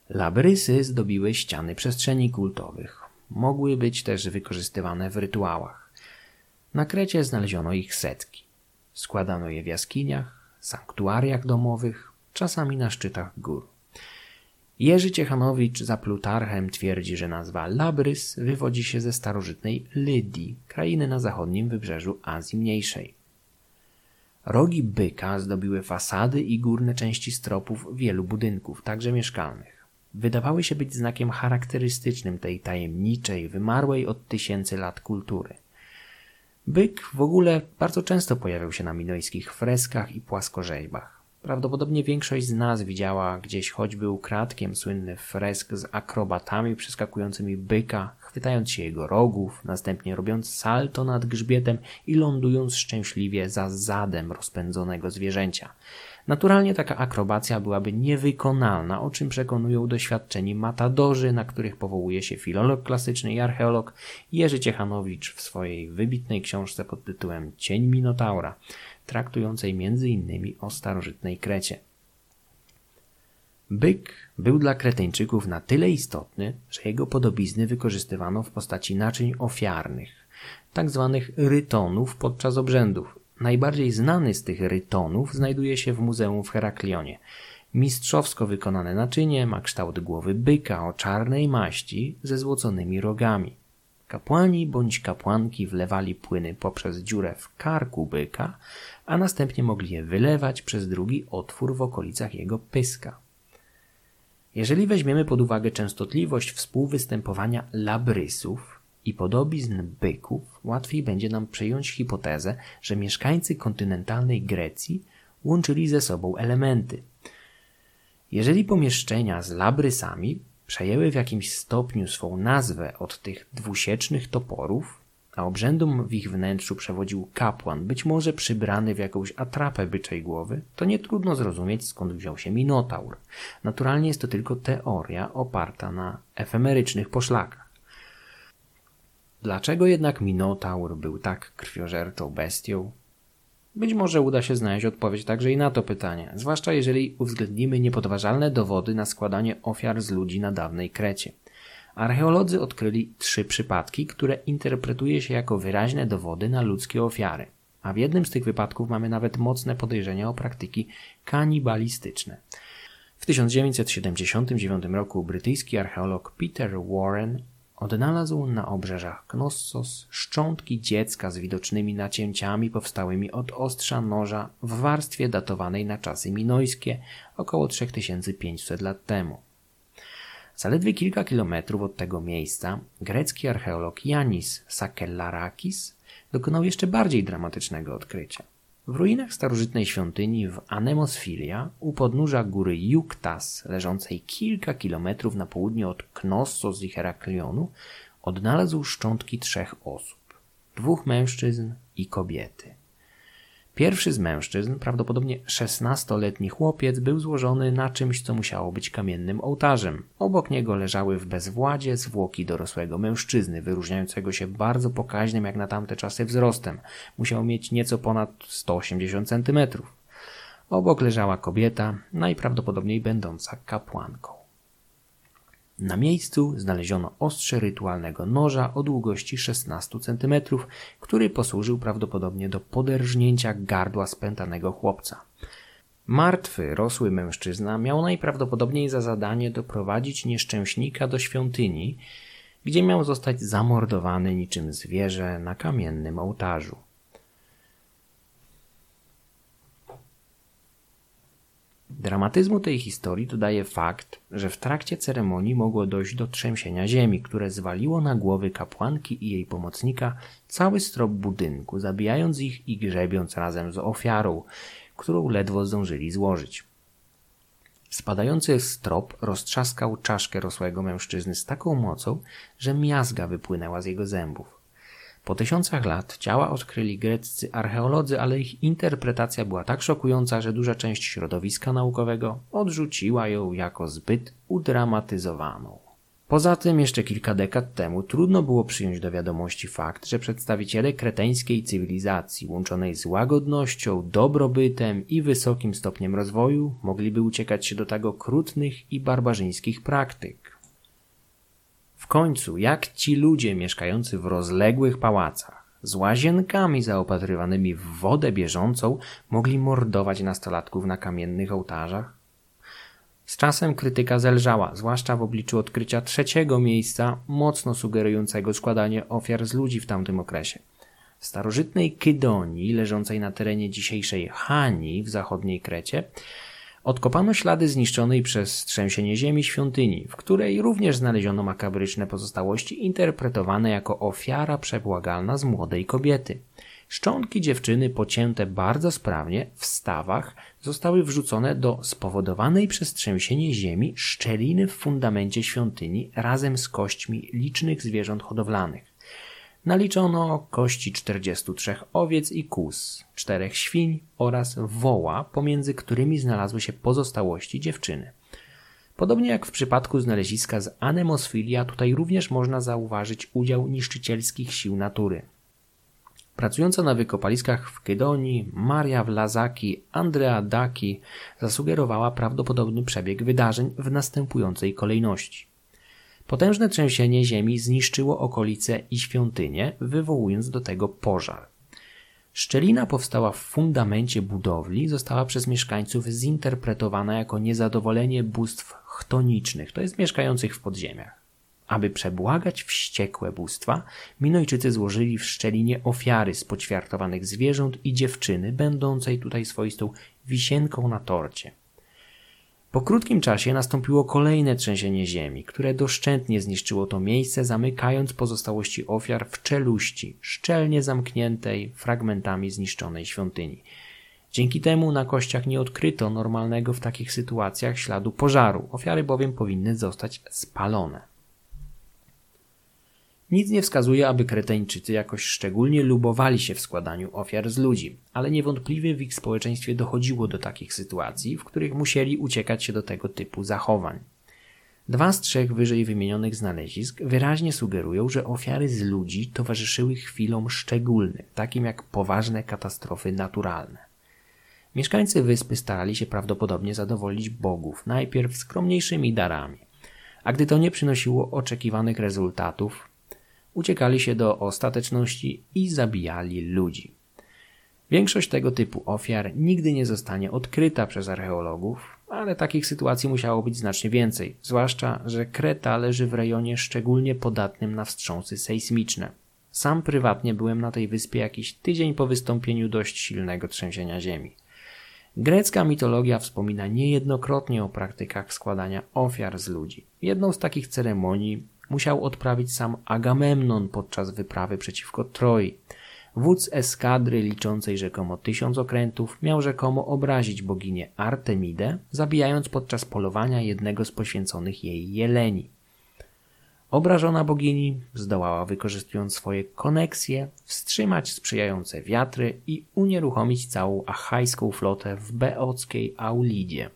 Speaker 1: Labrysy zdobiły ściany przestrzeni kultowych. Mogły być też wykorzystywane w rytuałach. Na Krecie znaleziono ich setki. Składano je w jaskiniach, sanktuariach domowych, czasami na szczytach gór. Jerzy Ciechanowicz za Plutarchem twierdzi, że nazwa Labrys wywodzi się ze starożytnej Lydii, krainy na zachodnim wybrzeżu Azji Mniejszej. Rogi byka zdobiły fasady i górne części stropów wielu budynków, także mieszkalnych. Wydawały się być znakiem charakterystycznym tej tajemniczej, wymarłej od tysięcy lat kultury. Byk w ogóle bardzo często pojawiał się na minojskich freskach i płaskorzeźbach. Prawdopodobnie większość z nas widziała gdzieś choćby ukradkiem słynny fresk z akrobatami przeskakującymi byka, chwytając się jego rogów, następnie robiąc salto nad grzbietem i lądując szczęśliwie za zadem rozpędzonego zwierzęcia. Naturalnie taka akrobacja byłaby niewykonalna, o czym przekonują doświadczeni matadorzy, na których powołuje się filolog klasyczny i archeolog Jerzy Ciechanowicz w swojej wybitnej książce pod tytułem Cień Minotaura, traktującej m.in. o starożytnej Krecie. Byk był dla Kreteńczyków na tyle istotny, że jego podobizny wykorzystywano w postaci naczyń ofiarnych, tak zwanych rytonów podczas obrzędów. Najbardziej znany z tych rytonów znajduje się w muzeum w Heraklionie. Mistrzowsko wykonane naczynie ma kształt głowy byka o czarnej maści ze złoconymi rogami. Kapłani bądź kapłanki wlewali płyny poprzez dziurę w karku byka, a następnie mogli je wylewać przez drugi otwór w okolicach jego pyska. Jeżeli weźmiemy pod uwagę częstotliwość współwystępowania labrysów i podobizn byków, łatwiej będzie nam przyjąć hipotezę, że mieszkańcy kontynentalnej Grecji łączyli ze sobą elementy. Jeżeli pomieszczenia z labrysami przejęły w jakimś stopniu swą nazwę od tych dwusiecznych toporów, a obrzędom w ich wnętrzu przewodził kapłan, być może przybrany w jakąś atrapę byczej głowy, to nie trudno zrozumieć, skąd wziął się Minotaur. Naturalnie jest to tylko teoria oparta na efemerycznych poszlakach. Dlaczego jednak Minotaur był tak krwiożerczą bestią? Być może uda się znaleźć odpowiedź także i na to pytanie, zwłaszcza jeżeli uwzględnimy niepodważalne dowody na składanie ofiar z ludzi na dawnej Krecie. Archeolodzy odkryli 3 przypadki, które interpretuje się jako wyraźne dowody na ludzkie ofiary, a w jednym z tych wypadków mamy nawet mocne podejrzenia o praktyki kanibalistyczne. W 1979 roku brytyjski archeolog Peter Warren odnalazł na obrzeżach Knossos szczątki dziecka z widocznymi nacięciami powstałymi od ostrza noża w warstwie datowanej na czasy minojskie około 3500 lat temu. Zaledwie kilka kilometrów od tego miejsca grecki archeolog Yannis Sakellarakis dokonał jeszcze bardziej dramatycznego odkrycia. W ruinach starożytnej świątyni w Anemosfilia u podnóża góry Iuktas, leżącej kilka kilometrów na południe od Knossos i Heraklionu, odnalazł szczątki 3 osób, 2 mężczyzn i kobiety. Pierwszy z mężczyzn, prawdopodobnie 16-letni chłopiec, był złożony na czymś, co musiało być kamiennym ołtarzem. Obok niego leżały w bezwładzie zwłoki dorosłego mężczyzny, wyróżniającego się bardzo pokaźnym jak na tamte czasy wzrostem. Musiał mieć nieco ponad 180 cm. Obok leżała kobieta, najprawdopodobniej będąca kapłanką. Na miejscu znaleziono ostrze rytualnego noża o długości 16 cm, który posłużył prawdopodobnie do poderżnięcia gardła spętanego chłopca. Martwy, rosły mężczyzna miał najprawdopodobniej za zadanie doprowadzić nieszczęśnika do świątyni, gdzie miał zostać zamordowany niczym zwierzę na kamiennym ołtarzu. Dramatyzmu tej historii dodaje fakt, że w trakcie ceremonii mogło dojść do trzęsienia ziemi, które zwaliło na głowy kapłanki i jej pomocnika cały strop budynku, zabijając ich i grzebiąc razem z ofiarą, którą ledwo zdążyli złożyć. Spadający strop roztrzaskał czaszkę rosłego mężczyzny z taką mocą, że miazga wypłynęła z jego zębów. Po 1000 lat ciała odkryli greccy archeolodzy, ale ich interpretacja była tak szokująca, że duża część środowiska naukowego odrzuciła ją jako zbyt udramatyzowaną. Poza tym jeszcze kilka dekad temu trudno było przyjąć do wiadomości fakt, że przedstawiciele kreteńskiej cywilizacji łączonej z łagodnością, dobrobytem i wysokim stopniem rozwoju mogliby uciekać się do tak okrutnych i barbarzyńskich praktyk. W końcu, jak ci ludzie mieszkający w rozległych pałacach, z łazienkami zaopatrywanymi w wodę bieżącą, mogli mordować nastolatków na kamiennych ołtarzach? Z czasem krytyka zelżała, zwłaszcza w obliczu odkrycia trzeciego miejsca, mocno sugerującego składanie ofiar z ludzi w tamtym okresie. W starożytnej Kydonii, leżącej na terenie dzisiejszej Chanii w zachodniej Krecie, odkopano ślady zniszczonej przez trzęsienie ziemi świątyni, w której również znaleziono makabryczne pozostałości interpretowane jako ofiara przebłagalna z młodej kobiety. Szczątki dziewczyny pocięte bardzo sprawnie w stawach zostały wrzucone do spowodowanej przez trzęsienie ziemi szczeliny w fundamencie świątyni razem z kośćmi licznych zwierząt hodowlanych. Naliczono kości 43 owiec i kóz, 4 świń oraz woła, pomiędzy którymi znalazły się pozostałości dziewczyny. Podobnie jak w przypadku znaleziska z Anemosfilia, tutaj również można zauważyć udział niszczycielskich sił natury. Pracująca na wykopaliskach w Kydonii, Maria Wlazaki Andrea Daki zasugerowała prawdopodobny przebieg wydarzeń w następującej kolejności. Potężne trzęsienie ziemi zniszczyło okolice i świątynię, wywołując do tego pożar. Szczelina powstała w fundamencie budowli, została przez mieszkańców zinterpretowana jako niezadowolenie bóstw chtonicznych, to jest mieszkających w podziemiach. Aby przebłagać wściekłe bóstwa, Minojczycy złożyli w szczelinie ofiary z poćwiartowanych zwierząt i dziewczyny, będącej tutaj swoistą wisienką na torcie. Po krótkim czasie nastąpiło kolejne trzęsienie ziemi, które doszczętnie zniszczyło to miejsce, zamykając pozostałości ofiar w czeluści, szczelnie zamkniętej fragmentami zniszczonej świątyni. Dzięki temu na kościach nie odkryto normalnego w takich sytuacjach śladu pożaru, ofiary bowiem powinny zostać spalone. Nic nie wskazuje, aby Kreteńczycy jakoś szczególnie lubowali się w składaniu ofiar z ludzi, ale niewątpliwie w ich społeczeństwie dochodziło do takich sytuacji, w których musieli uciekać się do tego typu zachowań. 2 z 3 wyżej wymienionych znalezisk wyraźnie sugerują, że ofiary z ludzi towarzyszyły chwilom szczególnym, takim jak poważne katastrofy naturalne. Mieszkańcy wyspy starali się prawdopodobnie zadowolić bogów, najpierw skromniejszymi darami, a gdy to nie przynosiło oczekiwanych rezultatów, uciekali się do ostateczności i zabijali ludzi. Większość tego typu ofiar nigdy nie zostanie odkryta przez archeologów, ale takich sytuacji musiało być znacznie więcej, zwłaszcza, że Kreta leży w rejonie szczególnie podatnym na wstrząsy sejsmiczne. Sam prywatnie byłem na tej wyspie jakiś tydzień po wystąpieniu dość silnego trzęsienia ziemi. Grecka mitologia wspomina niejednokrotnie o praktykach składania ofiar z ludzi. Jedną z takich ceremonii musiał odprawić sam Agamemnon podczas wyprawy przeciwko Troi. Wódz eskadry liczącej rzekomo 1000 okrętów miał rzekomo obrazić boginię Artemidę, zabijając podczas polowania jednego z poświęconych jej jeleni. Obrażona bogini zdołała, wykorzystując swoje koneksje, wstrzymać sprzyjające wiatry i unieruchomić całą achajską flotę w beockiej Aulidzie.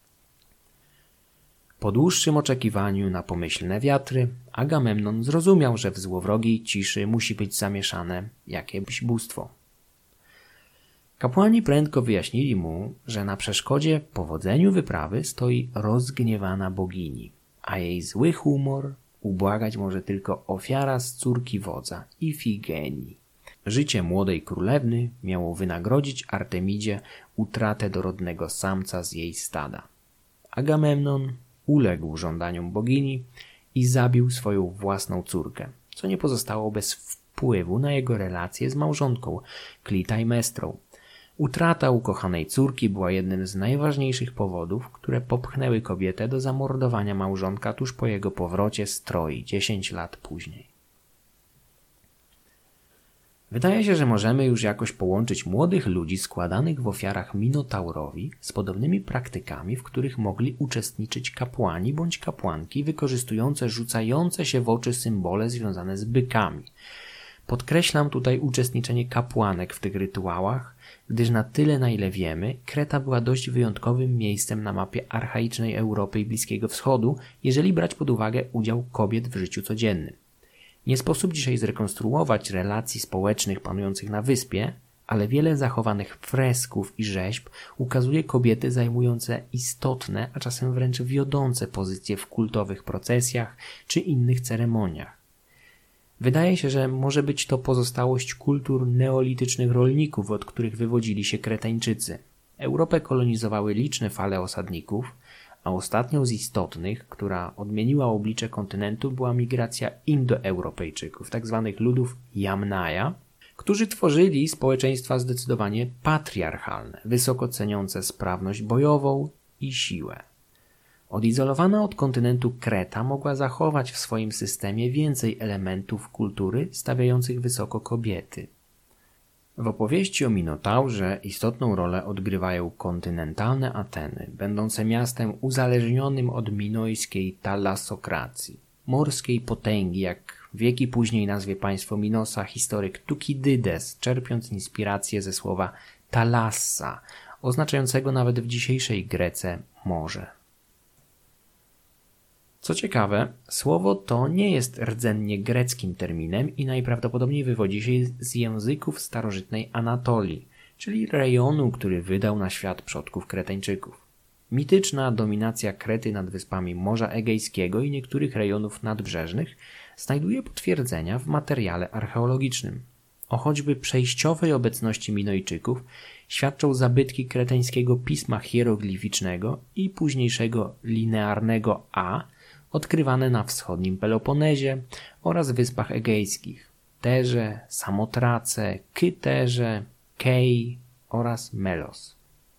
Speaker 1: Po dłuższym oczekiwaniu na pomyślne wiatry, Agamemnon zrozumiał, że w złowrogiej ciszy musi być zamieszane jakieś bóstwo. Kapłani prędko wyjaśnili mu, że na przeszkodzie powodzeniu wyprawy stoi rozgniewana bogini, a jej zły humor ubłagać może tylko ofiara z córki wodza Ifigenii. Życie młodej królewny miało wynagrodzić Artemidzie utratę dorodnego samca z jej stada. Agamemnon uległ żądaniom bogini i zabił swoją własną córkę, co nie pozostało bez wpływu na jego relacje z małżonką Klitajmestrą. Utrata ukochanej córki była jednym z najważniejszych powodów, które popchnęły kobietę do zamordowania małżonka tuż po jego powrocie z Troi 10 lat później. Wydaje się, że możemy już jakoś połączyć młodych ludzi składanych w ofiarach Minotaurowi z podobnymi praktykami, w których mogli uczestniczyć kapłani bądź kapłanki wykorzystujące rzucające się w oczy symbole związane z bykami. Podkreślam tutaj uczestniczenie kapłanek w tych rytuałach, gdyż na tyle, na ile wiemy, Kreta była dość wyjątkowym miejscem na mapie archaicznej Europy i Bliskiego Wschodu, jeżeli brać pod uwagę udział kobiet w życiu codziennym. Nie sposób dzisiaj zrekonstruować relacji społecznych panujących na wyspie, ale wiele zachowanych fresków i rzeźb ukazuje kobiety zajmujące istotne, a czasem wręcz wiodące pozycje w kultowych procesjach czy innych ceremoniach. Wydaje się, że może być to pozostałość kultur neolitycznych rolników, od których wywodzili się Kretańczycy. Europę kolonizowały liczne fale osadników, a ostatnią z istotnych, która odmieniła oblicze kontynentu, była migracja Indoeuropejczyków, tzw. ludów Yamnaya, którzy tworzyli społeczeństwa zdecydowanie patriarchalne, wysoko ceniące sprawność bojową i siłę. Odizolowana od kontynentu Kreta mogła zachować w swoim systemie więcej elementów kultury stawiających wysoko kobiety. W opowieści o Minotaurze istotną rolę odgrywają kontynentalne Ateny, będące miastem uzależnionym od minojskiej talassokracji, morskiej potęgi, jak wieki później nazwie państwo Minosa historyk Tukidydes, czerpiąc inspirację ze słowa Thalassa, oznaczającego nawet w dzisiejszej Grece morze. Co ciekawe, słowo to nie jest rdzennie greckim terminem i najprawdopodobniej wywodzi się z języków starożytnej Anatolii, czyli rejonu, który wydał na świat przodków Kretańczyków. Mityczna dominacja Krety nad wyspami Morza Egejskiego i niektórych rejonów nadbrzeżnych znajduje potwierdzenia w materiale archeologicznym. O choćby przejściowej obecności Minojczyków świadczą zabytki kretańskiego pisma hieroglificznego i późniejszego linearnego A, odkrywane na wschodnim Peloponezie oraz wyspach egejskich Terze, Samotrace, Kyterze, Kei oraz Melos.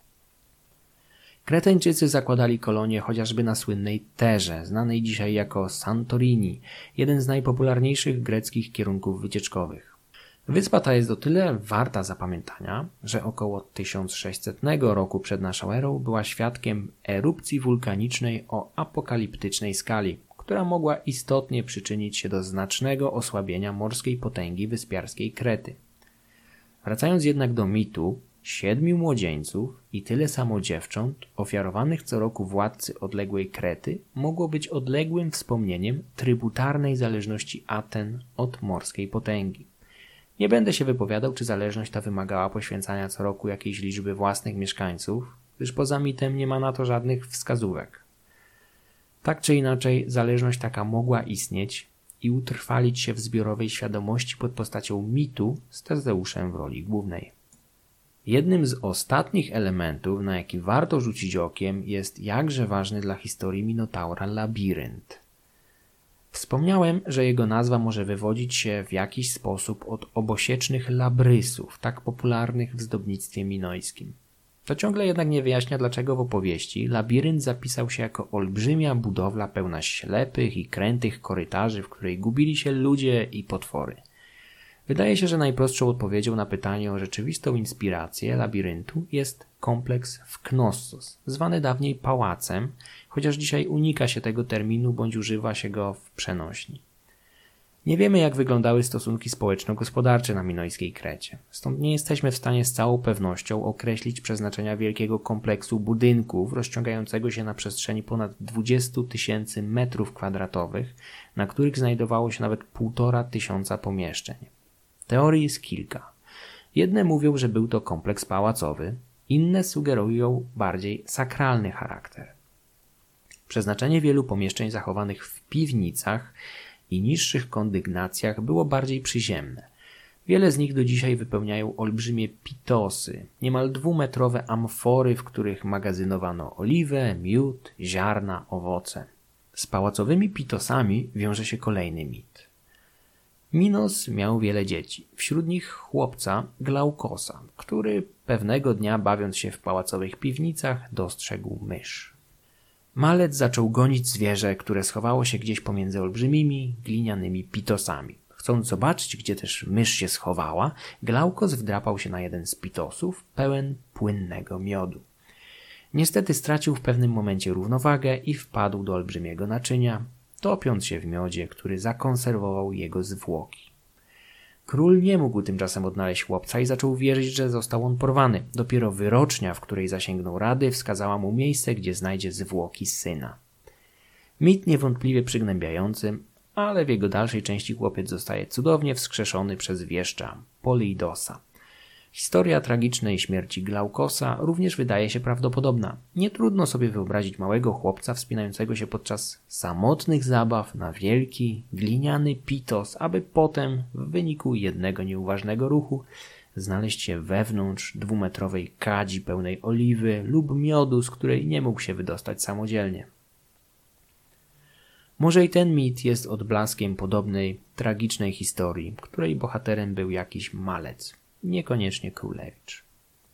Speaker 1: Kretańczycy zakładali kolonie chociażby na słynnej Terze, znanej dzisiaj jako Santorini, jeden z najpopularniejszych greckich kierunków wycieczkowych. Wyspa ta jest o tyle warta zapamiętania, że około 1600 roku przed naszą erą była świadkiem erupcji wulkanicznej o apokaliptycznej skali, która mogła istotnie przyczynić się do znacznego osłabienia morskiej potęgi wyspiarskiej Krety. Wracając jednak do mitu, 7 młodzieńców i tyle samo dziewcząt ofiarowanych co roku władcy odległej Krety mogło być odległym wspomnieniem trybutarnej zależności Aten od morskiej potęgi. Nie będę się wypowiadał, czy zależność ta wymagała poświęcania co roku jakiejś liczby własnych mieszkańców, gdyż poza mitem nie ma na to żadnych wskazówek. Tak czy inaczej, zależność taka mogła istnieć i utrwalić się w zbiorowej świadomości pod postacią mitu z Tezeuszem w roli głównej. Jednym z ostatnich elementów, na jaki warto rzucić okiem, jest jakże ważny dla historii Minotaura labirynt. Wspomniałem, że jego nazwa może wywodzić się w jakiś sposób od obosiecznych labrysów, tak popularnych w zdobnictwie minojskim. To ciągle jednak nie wyjaśnia, dlaczego w opowieści labirynt zapisał się jako olbrzymia budowla pełna ślepych i krętych korytarzy, w której gubili się ludzie i potwory. Wydaje się, że najprostszą odpowiedzią na pytanie o rzeczywistą inspirację labiryntu jest kompleks w Knossos, zwany dawniej pałacem, chociaż dzisiaj unika się tego terminu bądź używa się go w przenośni. Nie wiemy, jak wyglądały stosunki społeczno-gospodarcze na minojskiej Krecie, stąd nie jesteśmy w stanie z całą pewnością określić przeznaczenia wielkiego kompleksu budynków rozciągającego się na przestrzeni ponad 20 000 metrów kwadratowych, na których znajdowało się nawet 1500 pomieszczeń. Teorii jest kilka. Jedne mówią, że był to kompleks pałacowy, inne sugerują bardziej sakralny charakter. Przeznaczenie wielu pomieszczeń zachowanych w piwnicach i niższych kondygnacjach było bardziej przyziemne. Wiele z nich do dzisiaj wypełniają olbrzymie pitosy, niemal 2-metrowe amfory, w których magazynowano oliwę, miód, ziarna, owoce. Z pałacowymi pitosami wiąże się kolejny mit. Minos miał wiele dzieci, wśród nich chłopca Glaukosa, który pewnego dnia, bawiąc się w pałacowych piwnicach, dostrzegł mysz. Malec zaczął gonić zwierzę, które schowało się gdzieś pomiędzy olbrzymimi, glinianymi pitosami. Chcąc zobaczyć, gdzie też mysz się schowała, Glaukos wdrapał się na jeden z pitosów, pełen płynnego miodu. Niestety stracił w pewnym momencie równowagę i wpadł do olbrzymiego naczynia, topiąc się w miodzie, który zakonserwował jego zwłoki. Król nie mógł tymczasem odnaleźć chłopca i zaczął wierzyć, że został on porwany. Dopiero wyrocznia, w której zasięgnął rady, wskazała mu miejsce, gdzie znajdzie zwłoki syna. Mit niewątpliwie przygnębiający, ale w jego dalszej części chłopiec zostaje cudownie wskrzeszony przez wieszcza Polidosa. Historia tragicznej śmierci Glaukosa również wydaje się prawdopodobna. Nie trudno sobie wyobrazić małego chłopca wspinającego się podczas samotnych zabaw na wielki, gliniany pitos, aby potem w wyniku jednego nieuważnego ruchu znaleźć się wewnątrz 2-metrowej kadzi pełnej oliwy lub miodu, z której nie mógł się wydostać samodzielnie. Może i ten mit jest odblaskiem podobnej tragicznej historii, której bohaterem był jakiś malec, niekoniecznie królewicz.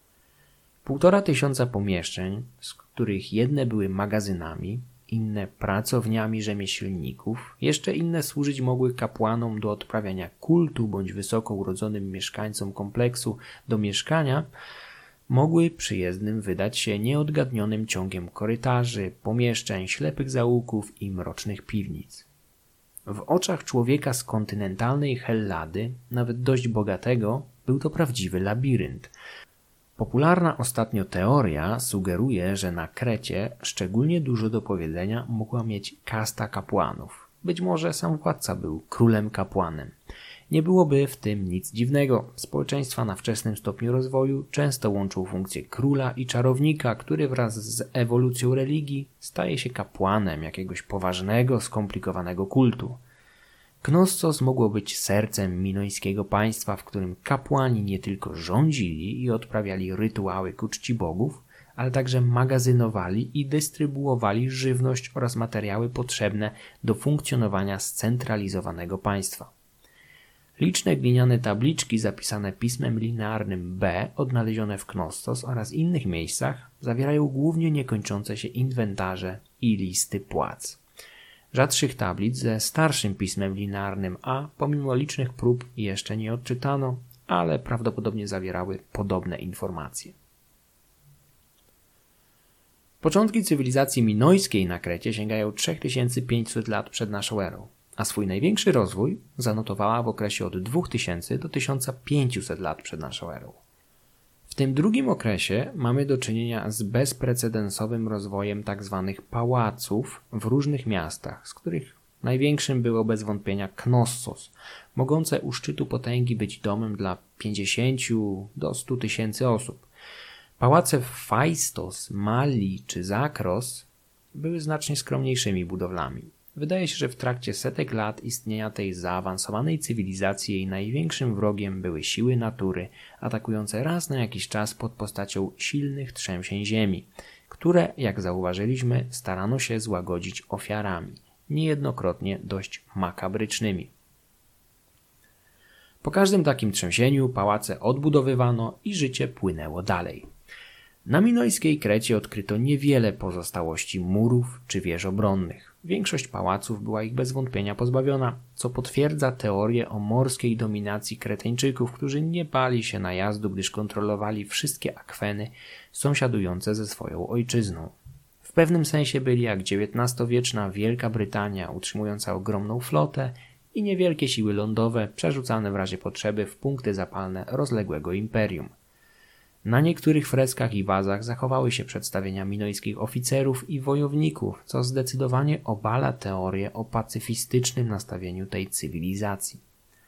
Speaker 1: 1500 pomieszczeń, z których jedne były magazynami, inne pracowniami rzemieślników, jeszcze inne służyć mogły kapłanom do odprawiania kultu bądź wysoko urodzonym mieszkańcom kompleksu do mieszkania, mogły przyjezdnym wydać się nieodgadnionym ciągiem korytarzy, pomieszczeń, ślepych zaułków i mrocznych piwnic. W oczach człowieka z kontynentalnej Hellady, nawet dość bogatego, był to prawdziwy labirynt. Popularna ostatnio teoria sugeruje, że na Krecie szczególnie dużo do powiedzenia mogła mieć kasta kapłanów. Być może sam władca był królem kapłanem. Nie byłoby w tym nic dziwnego. Społeczeństwa na wczesnym stopniu rozwoju często łączą funkcję króla i czarownika, który wraz z ewolucją religii staje się kapłanem jakiegoś poważnego, skomplikowanego kultu. Knossos mogło być sercem minojskiego państwa, w którym kapłani nie tylko rządzili i odprawiali rytuały ku czci bogów, ale także magazynowali i dystrybuowali żywność oraz materiały potrzebne do funkcjonowania scentralizowanego państwa. Liczne gliniane tabliczki zapisane pismem linearnym B, odnalezione w Knossos oraz innych miejscach, zawierają głównie niekończące się inwentarze i listy płac. Rzadszych tablic ze starszym pismem linearnym A, pomimo licznych prób, jeszcze nie odczytano, ale prawdopodobnie zawierały podobne informacje. Początki cywilizacji minojskiej na Krecie sięgają 3500 lat przed naszą erą, a swój największy rozwój zanotowała w okresie od 2000 do 1500 lat przed naszą erą. W tym drugim okresie mamy do czynienia z bezprecedensowym rozwojem tzw. pałaców w różnych miastach, z których największym było bez wątpienia Knossos, mogące u szczytu potęgi być domem dla 50 do 100 tysięcy osób. Pałace w Phaistos, Mali czy Zakros były znacznie skromniejszymi budowlami. Wydaje się, że w trakcie setek lat istnienia tej zaawansowanej cywilizacji jej największym wrogiem były siły natury, atakujące raz na jakiś czas pod postacią silnych trzęsień ziemi, które, jak zauważyliśmy, starano się złagodzić ofiarami, niejednokrotnie dość makabrycznymi. Po każdym takim trzęsieniu pałace odbudowywano i życie płynęło dalej. Na minojskiej Krecie odkryto niewiele pozostałości murów czy wież obronnych. Większość pałaców była ich bez wątpienia pozbawiona, co potwierdza teorię o morskiej dominacji Kreteńczyków, którzy nie bali się najazdu, gdyż kontrolowali wszystkie akweny sąsiadujące ze swoją ojczyzną. W pewnym sensie byli jak XIX-wieczna Wielka Brytania, utrzymująca ogromną flotę i niewielkie siły lądowe przerzucane w razie potrzeby w punkty zapalne rozległego imperium. Na niektórych freskach i wazach zachowały się przedstawienia minojskich oficerów i wojowników, co zdecydowanie obala teorię o pacyfistycznym nastawieniu tej cywilizacji.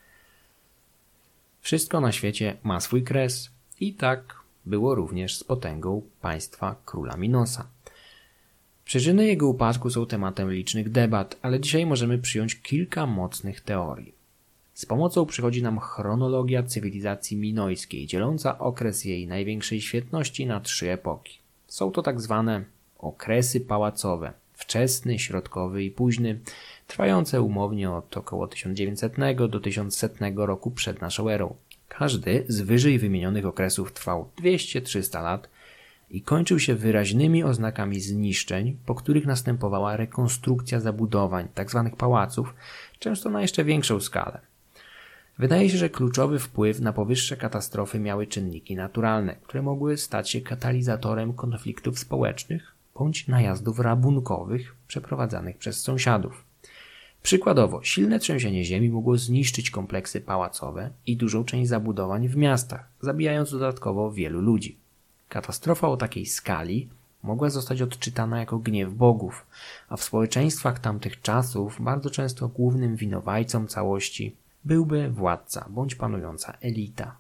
Speaker 1: Wszystko na świecie ma swój kres i tak było również z potęgą państwa króla Minosa. Przyczyny jego upadku są tematem licznych debat, ale dzisiaj możemy przyjąć kilka mocnych teorii. Z pomocą przychodzi nam chronologia cywilizacji minojskiej, dzieląca okres jej największej świetności na 3 epoki. Są to tak zwane okresy pałacowe, wczesny, środkowy i późny, trwające umownie od około 1900 do 1100 roku przed naszą erą. Każdy z wyżej wymienionych okresów trwał 200-300 lat i kończył się wyraźnymi oznakami zniszczeń, po których następowała rekonstrukcja zabudowań, tzw. pałaców, często na jeszcze większą skalę. Wydaje się, że kluczowy wpływ na powyższe katastrofy miały czynniki naturalne, które mogły stać się katalizatorem konfliktów społecznych bądź najazdów rabunkowych przeprowadzanych przez sąsiadów. Przykładowo, silne trzęsienie ziemi mogło zniszczyć kompleksy pałacowe i dużą część zabudowań w miastach, zabijając dodatkowo wielu ludzi. Katastrofa o takiej skali mogła zostać odczytana jako gniew bogów, a w społeczeństwach tamtych czasów bardzo często głównym winowajcą całości byłby władca bądź panująca elita.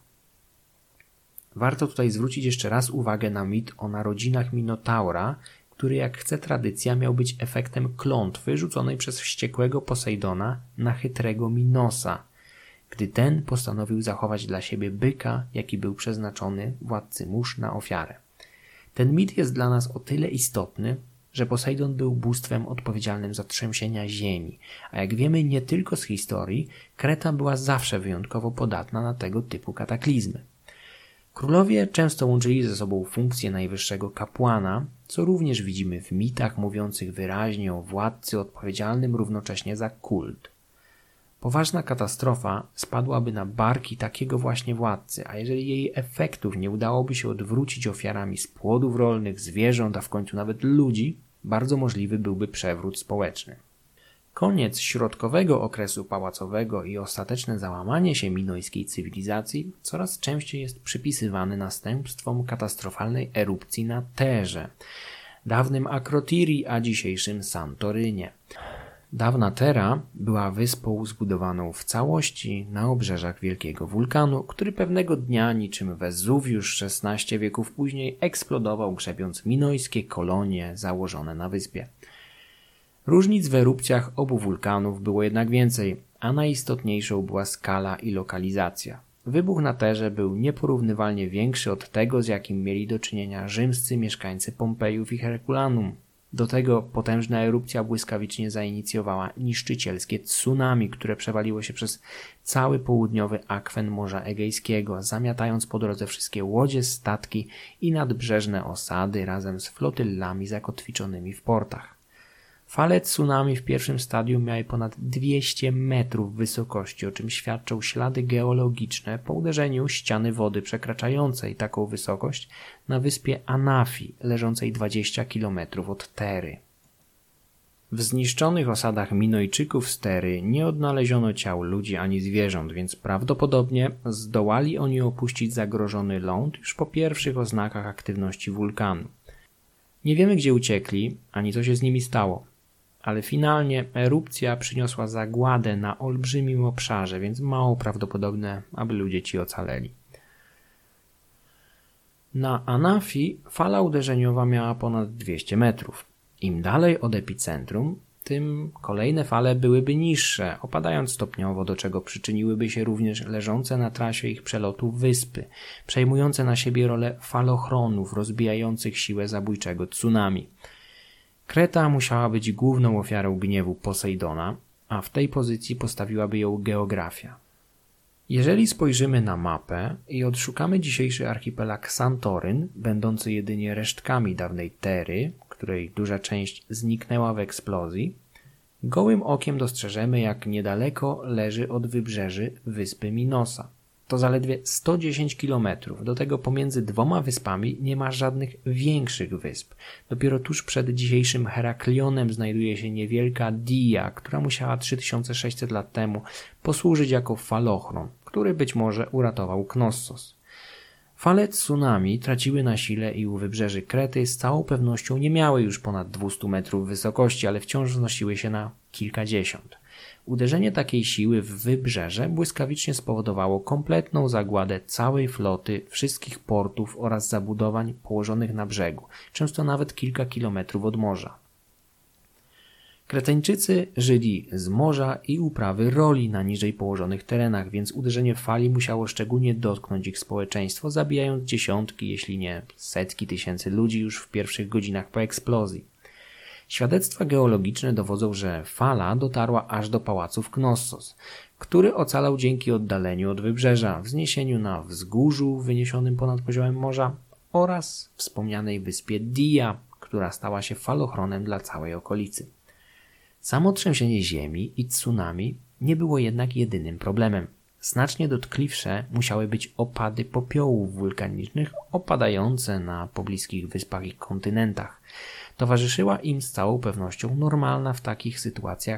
Speaker 1: Warto tutaj zwrócić jeszcze raz uwagę na mit o narodzinach Minotaura, który, jak chce tradycja, miał być efektem klątwy rzuconej przez wściekłego Posejdona na chytrego Minosa, gdy ten postanowił zachować dla siebie byka, jaki był przeznaczony władcy mórz na ofiarę. Ten mit jest dla nas o tyle istotny, że Posejdon był bóstwem odpowiedzialnym za trzęsienia ziemi, a jak wiemy nie tylko z historii, Kreta była zawsze wyjątkowo podatna na tego typu kataklizmy. Królowie często łączyli ze sobą funkcję najwyższego kapłana, co również widzimy w mitach mówiących wyraźnie o władcy odpowiedzialnym równocześnie za kult. Poważna katastrofa spadłaby na barki takiego właśnie władcy, a jeżeli jej efektów nie udałoby się odwrócić ofiarami z płodów rolnych, zwierząt, a w końcu nawet ludzi, bardzo możliwy byłby przewrót społeczny. Koniec środkowego okresu pałacowego i ostateczne załamanie się minojskiej cywilizacji coraz częściej jest przypisywany następstwom katastrofalnej erupcji na Terze, dawnym Akrotiri, a dzisiejszym Santorynie. Dawna Tera była wyspą zbudowaną w całości na obrzeżach wielkiego wulkanu, który pewnego dnia niczym Wezuwiusz 16 wieków później eksplodował, grzebiąc minojskie kolonie założone na wyspie. Różnic w erupcjach obu wulkanów było jednak więcej, a najistotniejszą była skala i lokalizacja. Wybuch na Terze był nieporównywalnie większy od tego, z jakim mieli do czynienia rzymscy mieszkańcy Pompejów i Herkulanum. Do tego potężna erupcja błyskawicznie zainicjowała niszczycielskie tsunami, które przewaliło się przez cały południowy akwen Morza Egejskiego, zamiatając po drodze wszystkie łodzie, statki i nadbrzeżne osady razem z flotyllami zakotwiczonymi w portach. Fale tsunami w pierwszym stadium miały ponad 200 metrów wysokości, o czym świadczą ślady geologiczne po uderzeniu ściany wody przekraczającej taką wysokość na wyspie Anafi, leżącej 20 km od Tery. W zniszczonych osadach Minojczyków z Tery nie odnaleziono ciał ludzi ani zwierząt, więc prawdopodobnie zdołali oni opuścić zagrożony ląd już po pierwszych oznakach aktywności wulkanu. Nie wiemy, gdzie uciekli, ani co się z nimi stało. Ale finalnie erupcja przyniosła zagładę na olbrzymim obszarze, więc mało prawdopodobne, aby ludzie ci ocaleli. Na Anafi fala uderzeniowa miała ponad 200 metrów. Im dalej od epicentrum, tym kolejne fale byłyby niższe, opadając stopniowo, do czego przyczyniłyby się również leżące na trasie ich przelotu wyspy, przejmujące na siebie rolę falochronów rozbijających siłę zabójczego tsunami. Kreta musiała być główną ofiarą gniewu Posejdona, a w tej pozycji postawiłaby ją geografia. Jeżeli spojrzymy na mapę i odszukamy dzisiejszy archipelag Santoryn, będący jedynie resztkami dawnej Tery, której duża część zniknęła w eksplozji, gołym okiem dostrzeżemy, jak niedaleko leży od wybrzeży wyspy Minosa. To zaledwie 110 km. Do tego pomiędzy dwoma wyspami nie ma żadnych większych wysp. Dopiero tuż przed dzisiejszym Heraklionem znajduje się niewielka Dia, która musiała 3600 lat temu posłużyć jako falochron, który być może uratował Knossos. Fale tsunami traciły na sile i u wybrzeży Krety z całą pewnością nie miały już ponad 200 metrów wysokości, ale wciąż wznosiły się na kilkadziesiąt. Uderzenie takiej siły w wybrzeże błyskawicznie spowodowało kompletną zagładę całej floty, wszystkich portów oraz zabudowań położonych na brzegu, często nawet kilka kilometrów od morza. Kretańczycy żyli z morza i uprawy roli na niżej położonych terenach, więc uderzenie fali musiało szczególnie dotknąć ich społeczeństwo, zabijając dziesiątki, jeśli nie setki tysięcy ludzi już w pierwszych godzinach po eksplozji. Świadectwa geologiczne dowodzą, że fala dotarła aż do pałaców Knossos, który ocalał dzięki oddaleniu od wybrzeża, wzniesieniu na wzgórzu wyniesionym ponad poziomem morza oraz wspomnianej wyspie Dia, która stała się falochronem dla całej okolicy. Samo trzęsienie ziemi i tsunami nie było jednak jedynym problemem. Znacznie dotkliwsze musiały być opady popiołów wulkanicznych opadające na pobliskich wyspach i kontynentach. Towarzyszyła im z całą pewnością normalna w takich sytuacjach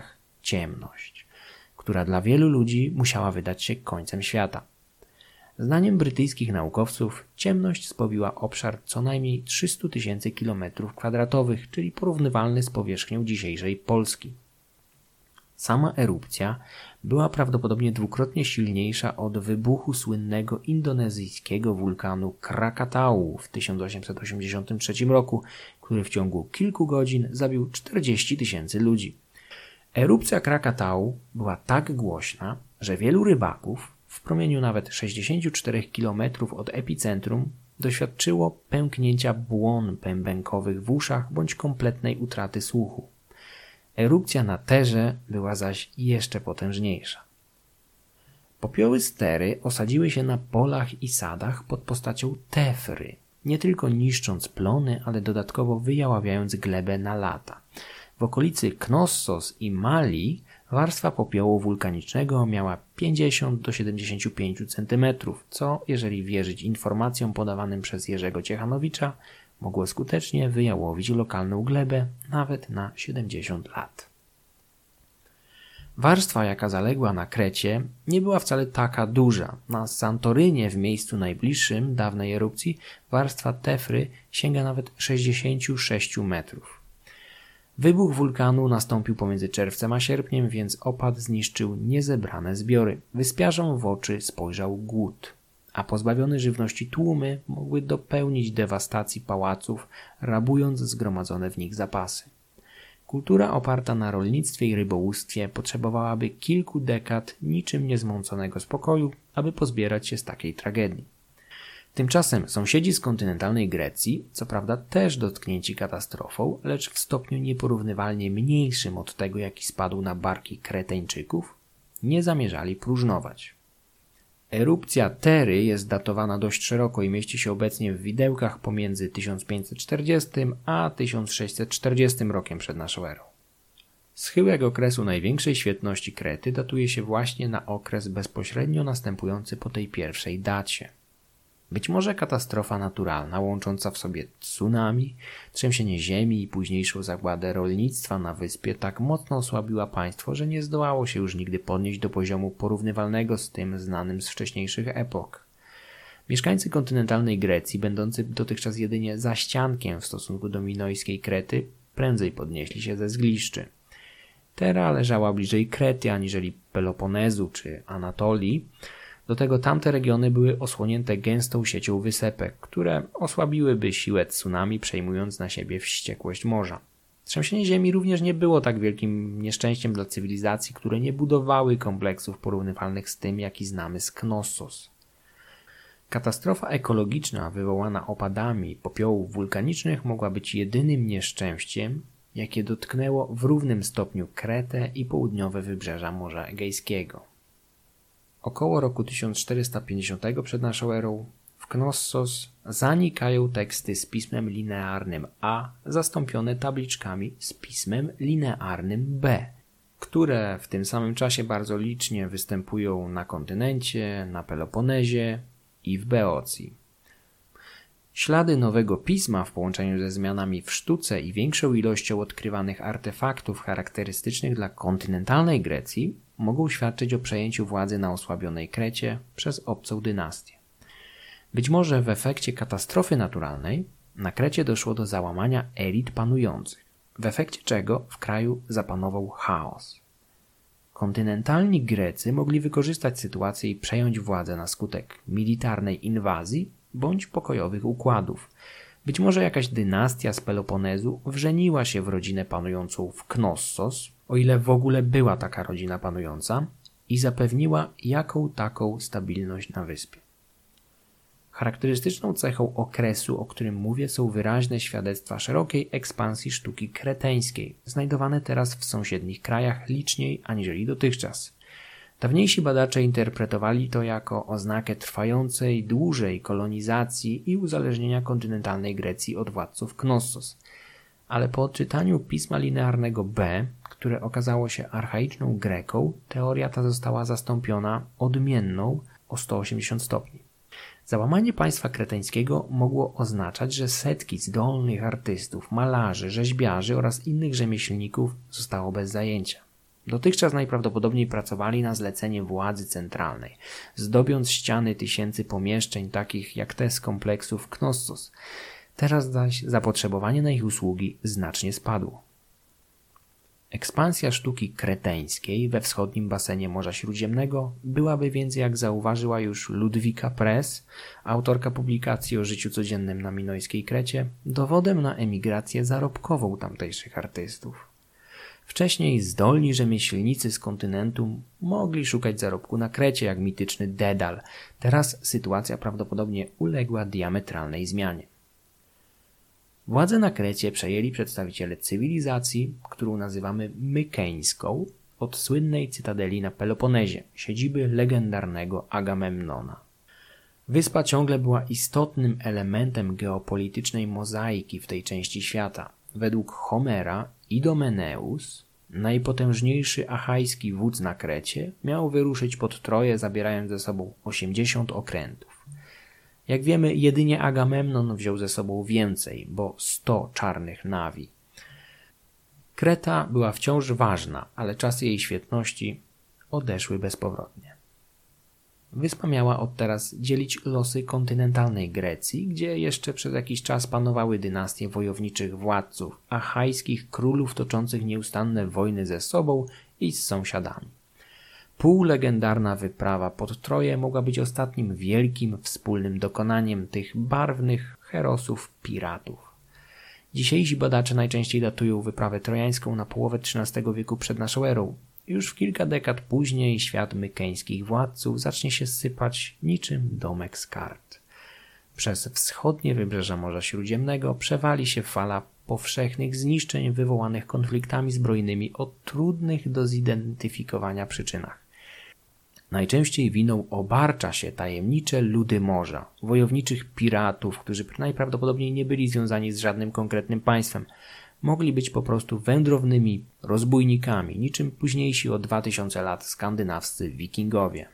Speaker 1: ciemność, która dla wielu ludzi musiała wydać się końcem świata. Zdaniem brytyjskich naukowców ciemność spowiła obszar co najmniej 300 000 km², czyli porównywalny z powierzchnią dzisiejszej Polski. Sama erupcja była prawdopodobnie dwukrotnie silniejsza od wybuchu słynnego indonezyjskiego wulkanu Krakatau w 1883 roku, który w ciągu kilku godzin zabił 40 000 ludzi. Erupcja Krakatau była tak głośna, że wielu rybaków w promieniu nawet 64 km od epicentrum doświadczyło pęknięcia błon bębenkowych w uszach bądź kompletnej utraty słuchu. Erupcja na Terze była zaś jeszcze potężniejsza. Popioły stery osadziły się na polach i sadach pod postacią tefry, nie tylko niszcząc plony, ale dodatkowo wyjaławiając glebę na lata. W okolicy Knossos i Mali warstwa popiołu wulkanicznego miała 50 do 75 cm, co, jeżeli wierzyć informacjom podawanym przez Jerzego Ciechanowicza, mogło skutecznie wyjałowić lokalną glebę nawet na 70 lat. Warstwa, jaka zaległa na Krecie, nie była wcale taka duża. Na Santorynie, w miejscu najbliższym dawnej erupcji, warstwa tefry sięga nawet 66 metrów. Wybuch wulkanu nastąpił pomiędzy czerwcem a sierpniem, więc opad zniszczył niezebrane zbiory. Wyspiarzom w oczy spojrzał głód, a pozbawione żywności tłumy mogły dopełnić dewastacji pałaców, rabując zgromadzone w nich zapasy. Kultura oparta na rolnictwie i rybołówstwie potrzebowałaby kilku dekad niczym niezmąconego spokoju, aby pozbierać się z takiej tragedii. Tymczasem sąsiedzi z kontynentalnej Grecji, co prawda też dotknięci katastrofą, lecz w stopniu nieporównywalnie mniejszym od tego, jaki spadł na barki Kreteńczyków, nie zamierzali próżnować. Erupcja Tery jest datowana dość szeroko i mieści się obecnie w widełkach pomiędzy 1540 a 1640 rokiem przed naszą erą. Schyłek okresu największej świetności Krety datuje się właśnie na okres bezpośrednio następujący po tej pierwszej dacie. Być może katastrofa naturalna łącząca w sobie tsunami, trzęsienie ziemi i późniejszą zagładę rolnictwa na wyspie tak mocno osłabiła państwo, że nie zdołało się już nigdy podnieść do poziomu porównywalnego z tym znanym z wcześniejszych epok. Mieszkańcy kontynentalnej Grecji, będący dotychczas jedynie zaściankiem w stosunku do minojskiej Krety, prędzej podnieśli się ze zgliszczy. Tera leżała bliżej Krety aniżeli Peloponezu czy Anatolii. Do tego tamte regiony były osłonięte gęstą siecią wysepek, które osłabiłyby siłę tsunami, przejmując na siebie wściekłość morza. Trzęsienie ziemi również nie było tak wielkim nieszczęściem dla cywilizacji, które nie budowały kompleksów porównywalnych z tym, jaki znamy z Knossos. Katastrofa ekologiczna wywołana opadami popiołów wulkanicznych mogła być jedynym nieszczęściem, jakie dotknęło w równym stopniu Kretę i południowe wybrzeża Morza Egejskiego. Około roku 1450 przed naszą erą w Knossos zanikają teksty z pismem linearnym A zastąpione tabliczkami z pismem linearnym B, które w tym samym czasie bardzo licznie występują na kontynencie, na Peloponezie i w Beocji. Ślady nowego pisma w połączeniu ze zmianami w sztuce i większą ilością odkrywanych artefaktów charakterystycznych dla kontynentalnej Grecji mogą świadczyć o przejęciu władzy na osłabionej Krecie przez obcą dynastię. Być może w efekcie katastrofy naturalnej na Krecie doszło do załamania elit panujących, w efekcie czego w kraju zapanował chaos. Kontynentalni Grecy mogli wykorzystać sytuację i przejąć władzę na skutek militarnej inwazji bądź pokojowych układów. Być może jakaś dynastia z Peloponezu wrzeniła się w rodzinę panującą w Knossos, o ile w ogóle była taka rodzina panująca, i zapewniła jaką taką stabilność na wyspie. Charakterystyczną cechą okresu, o którym mówię, są wyraźne świadectwa szerokiej ekspansji sztuki kreteńskiej, znajdowane teraz w sąsiednich krajach liczniej aniżeli dotychczas. Dawniejsi badacze interpretowali to jako oznakę trwającej dłużej kolonizacji i uzależnienia kontynentalnej Grecji od władców Knossos. Ale po odczytaniu pisma linearnego B, które okazało się archaiczną greką, teoria ta została zastąpiona odmienną o 180 stopni. Załamanie państwa kreteńskiego mogło oznaczać, że setki zdolnych artystów, malarzy, rzeźbiarzy oraz innych rzemieślników zostało bez zajęcia. Dotychczas najprawdopodobniej pracowali na zlecenie władzy centralnej, zdobiąc ściany tysięcy pomieszczeń takich jak te z kompleksów Knossos. Teraz zaś zapotrzebowanie na ich usługi znacznie spadło. Ekspansja sztuki kreteńskiej we wschodnim basenie Morza Śródziemnego byłaby więc, jak zauważyła już Ludwika Press, autorka publikacji o życiu codziennym na minojskiej Krecie, dowodem na emigrację zarobkową tamtejszych artystów. Wcześniej zdolni rzemieślnicy z kontynentu mogli szukać zarobku na Krecie, jak mityczny Dedal. Teraz sytuacja prawdopodobnie uległa diametralnej zmianie. Władzę na Krecie przejęli przedstawiciele cywilizacji, którą nazywamy mykeńską, od słynnej cytadeli na Peloponezie, siedziby legendarnego Agamemnona. Wyspa ciągle była istotnym elementem geopolitycznej mozaiki w tej części świata. Według Homera Idomeneus, najpotężniejszy achajski wódz na Krecie, miał wyruszyć pod Troję, zabierając ze sobą 80 okrętów. Jak wiemy, jedynie Agamemnon wziął ze sobą więcej, bo 100 czarnych nawi. Kreta była wciąż ważna, ale czasy jej świetności odeszły bezpowrotnie. Wyspa miała od teraz dzielić losy kontynentalnej Grecji, gdzie jeszcze przez jakiś czas panowały dynastie wojowniczych władców, achajskich królów toczących nieustanne wojny ze sobą i z sąsiadami. Półlegendarna wyprawa pod Troję mogła być ostatnim wielkim wspólnym dokonaniem tych barwnych herosów piratów. Dzisiejsi badacze najczęściej datują wyprawę trojańską na połowę XIII wieku przed naszą erą. Już w kilka dekad później świat mykeńskich władców zacznie się sypać niczym domek z kart. Przez wschodnie wybrzeża Morza Śródziemnego przewali się fala powszechnych zniszczeń wywołanych konfliktami zbrojnymi o trudnych do zidentyfikowania przyczynach. Najczęściej winą obarcza się tajemnicze ludy morza, wojowniczych piratów, którzy najprawdopodobniej nie byli związani z żadnym konkretnym państwem. Mogli być po prostu wędrownymi rozbójnikami, niczym późniejsi o 2000 lat skandynawscy wikingowie.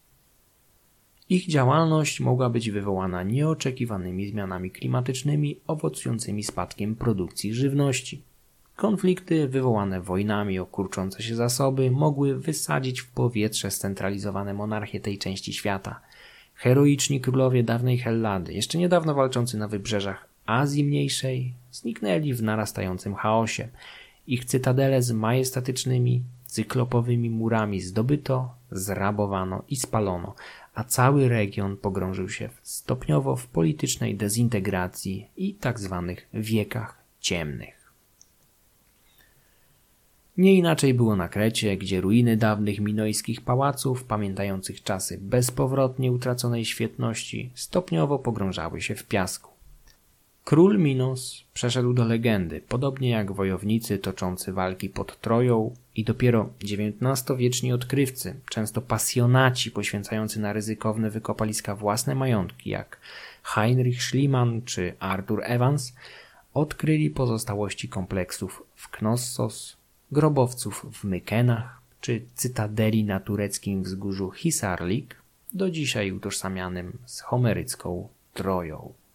Speaker 1: Ich działalność mogła być wywołana nieoczekiwanymi zmianami klimatycznymi owocującymi spadkiem produkcji żywności. Konflikty wywołane wojnami o kurczące się zasoby mogły wysadzić w powietrze scentralizowane monarchie tej części świata. Heroiczni królowie dawnej Hellady, jeszcze niedawno walczący na wybrzeżach Azji Mniejszej, zniknęli w narastającym chaosie. Ich cytadele z majestatycznymi, cyklopowymi murami zdobyto, zrabowano i spalono, a cały region pogrążył się stopniowo w politycznej dezintegracji i tzw. wiekach ciemnych. Nie inaczej było na Krecie, gdzie ruiny dawnych minojskich pałaców, pamiętających czasy bezpowrotnie utraconej świetności, stopniowo pogrążały się w piasku. Król Minos przeszedł do legendy, podobnie jak wojownicy toczący walki pod Troją i dopiero XIX-wieczni odkrywcy, często pasjonaci poświęcający na ryzykowne wykopaliska własne majątki, jak Heinrich Schliemann czy Arthur Evans, odkryli pozostałości kompleksów w Knossos, grobowców w Mykenach czy cytadeli na tureckim wzgórzu Hisarlik, do dzisiaj utożsamianym z homerycką Troją.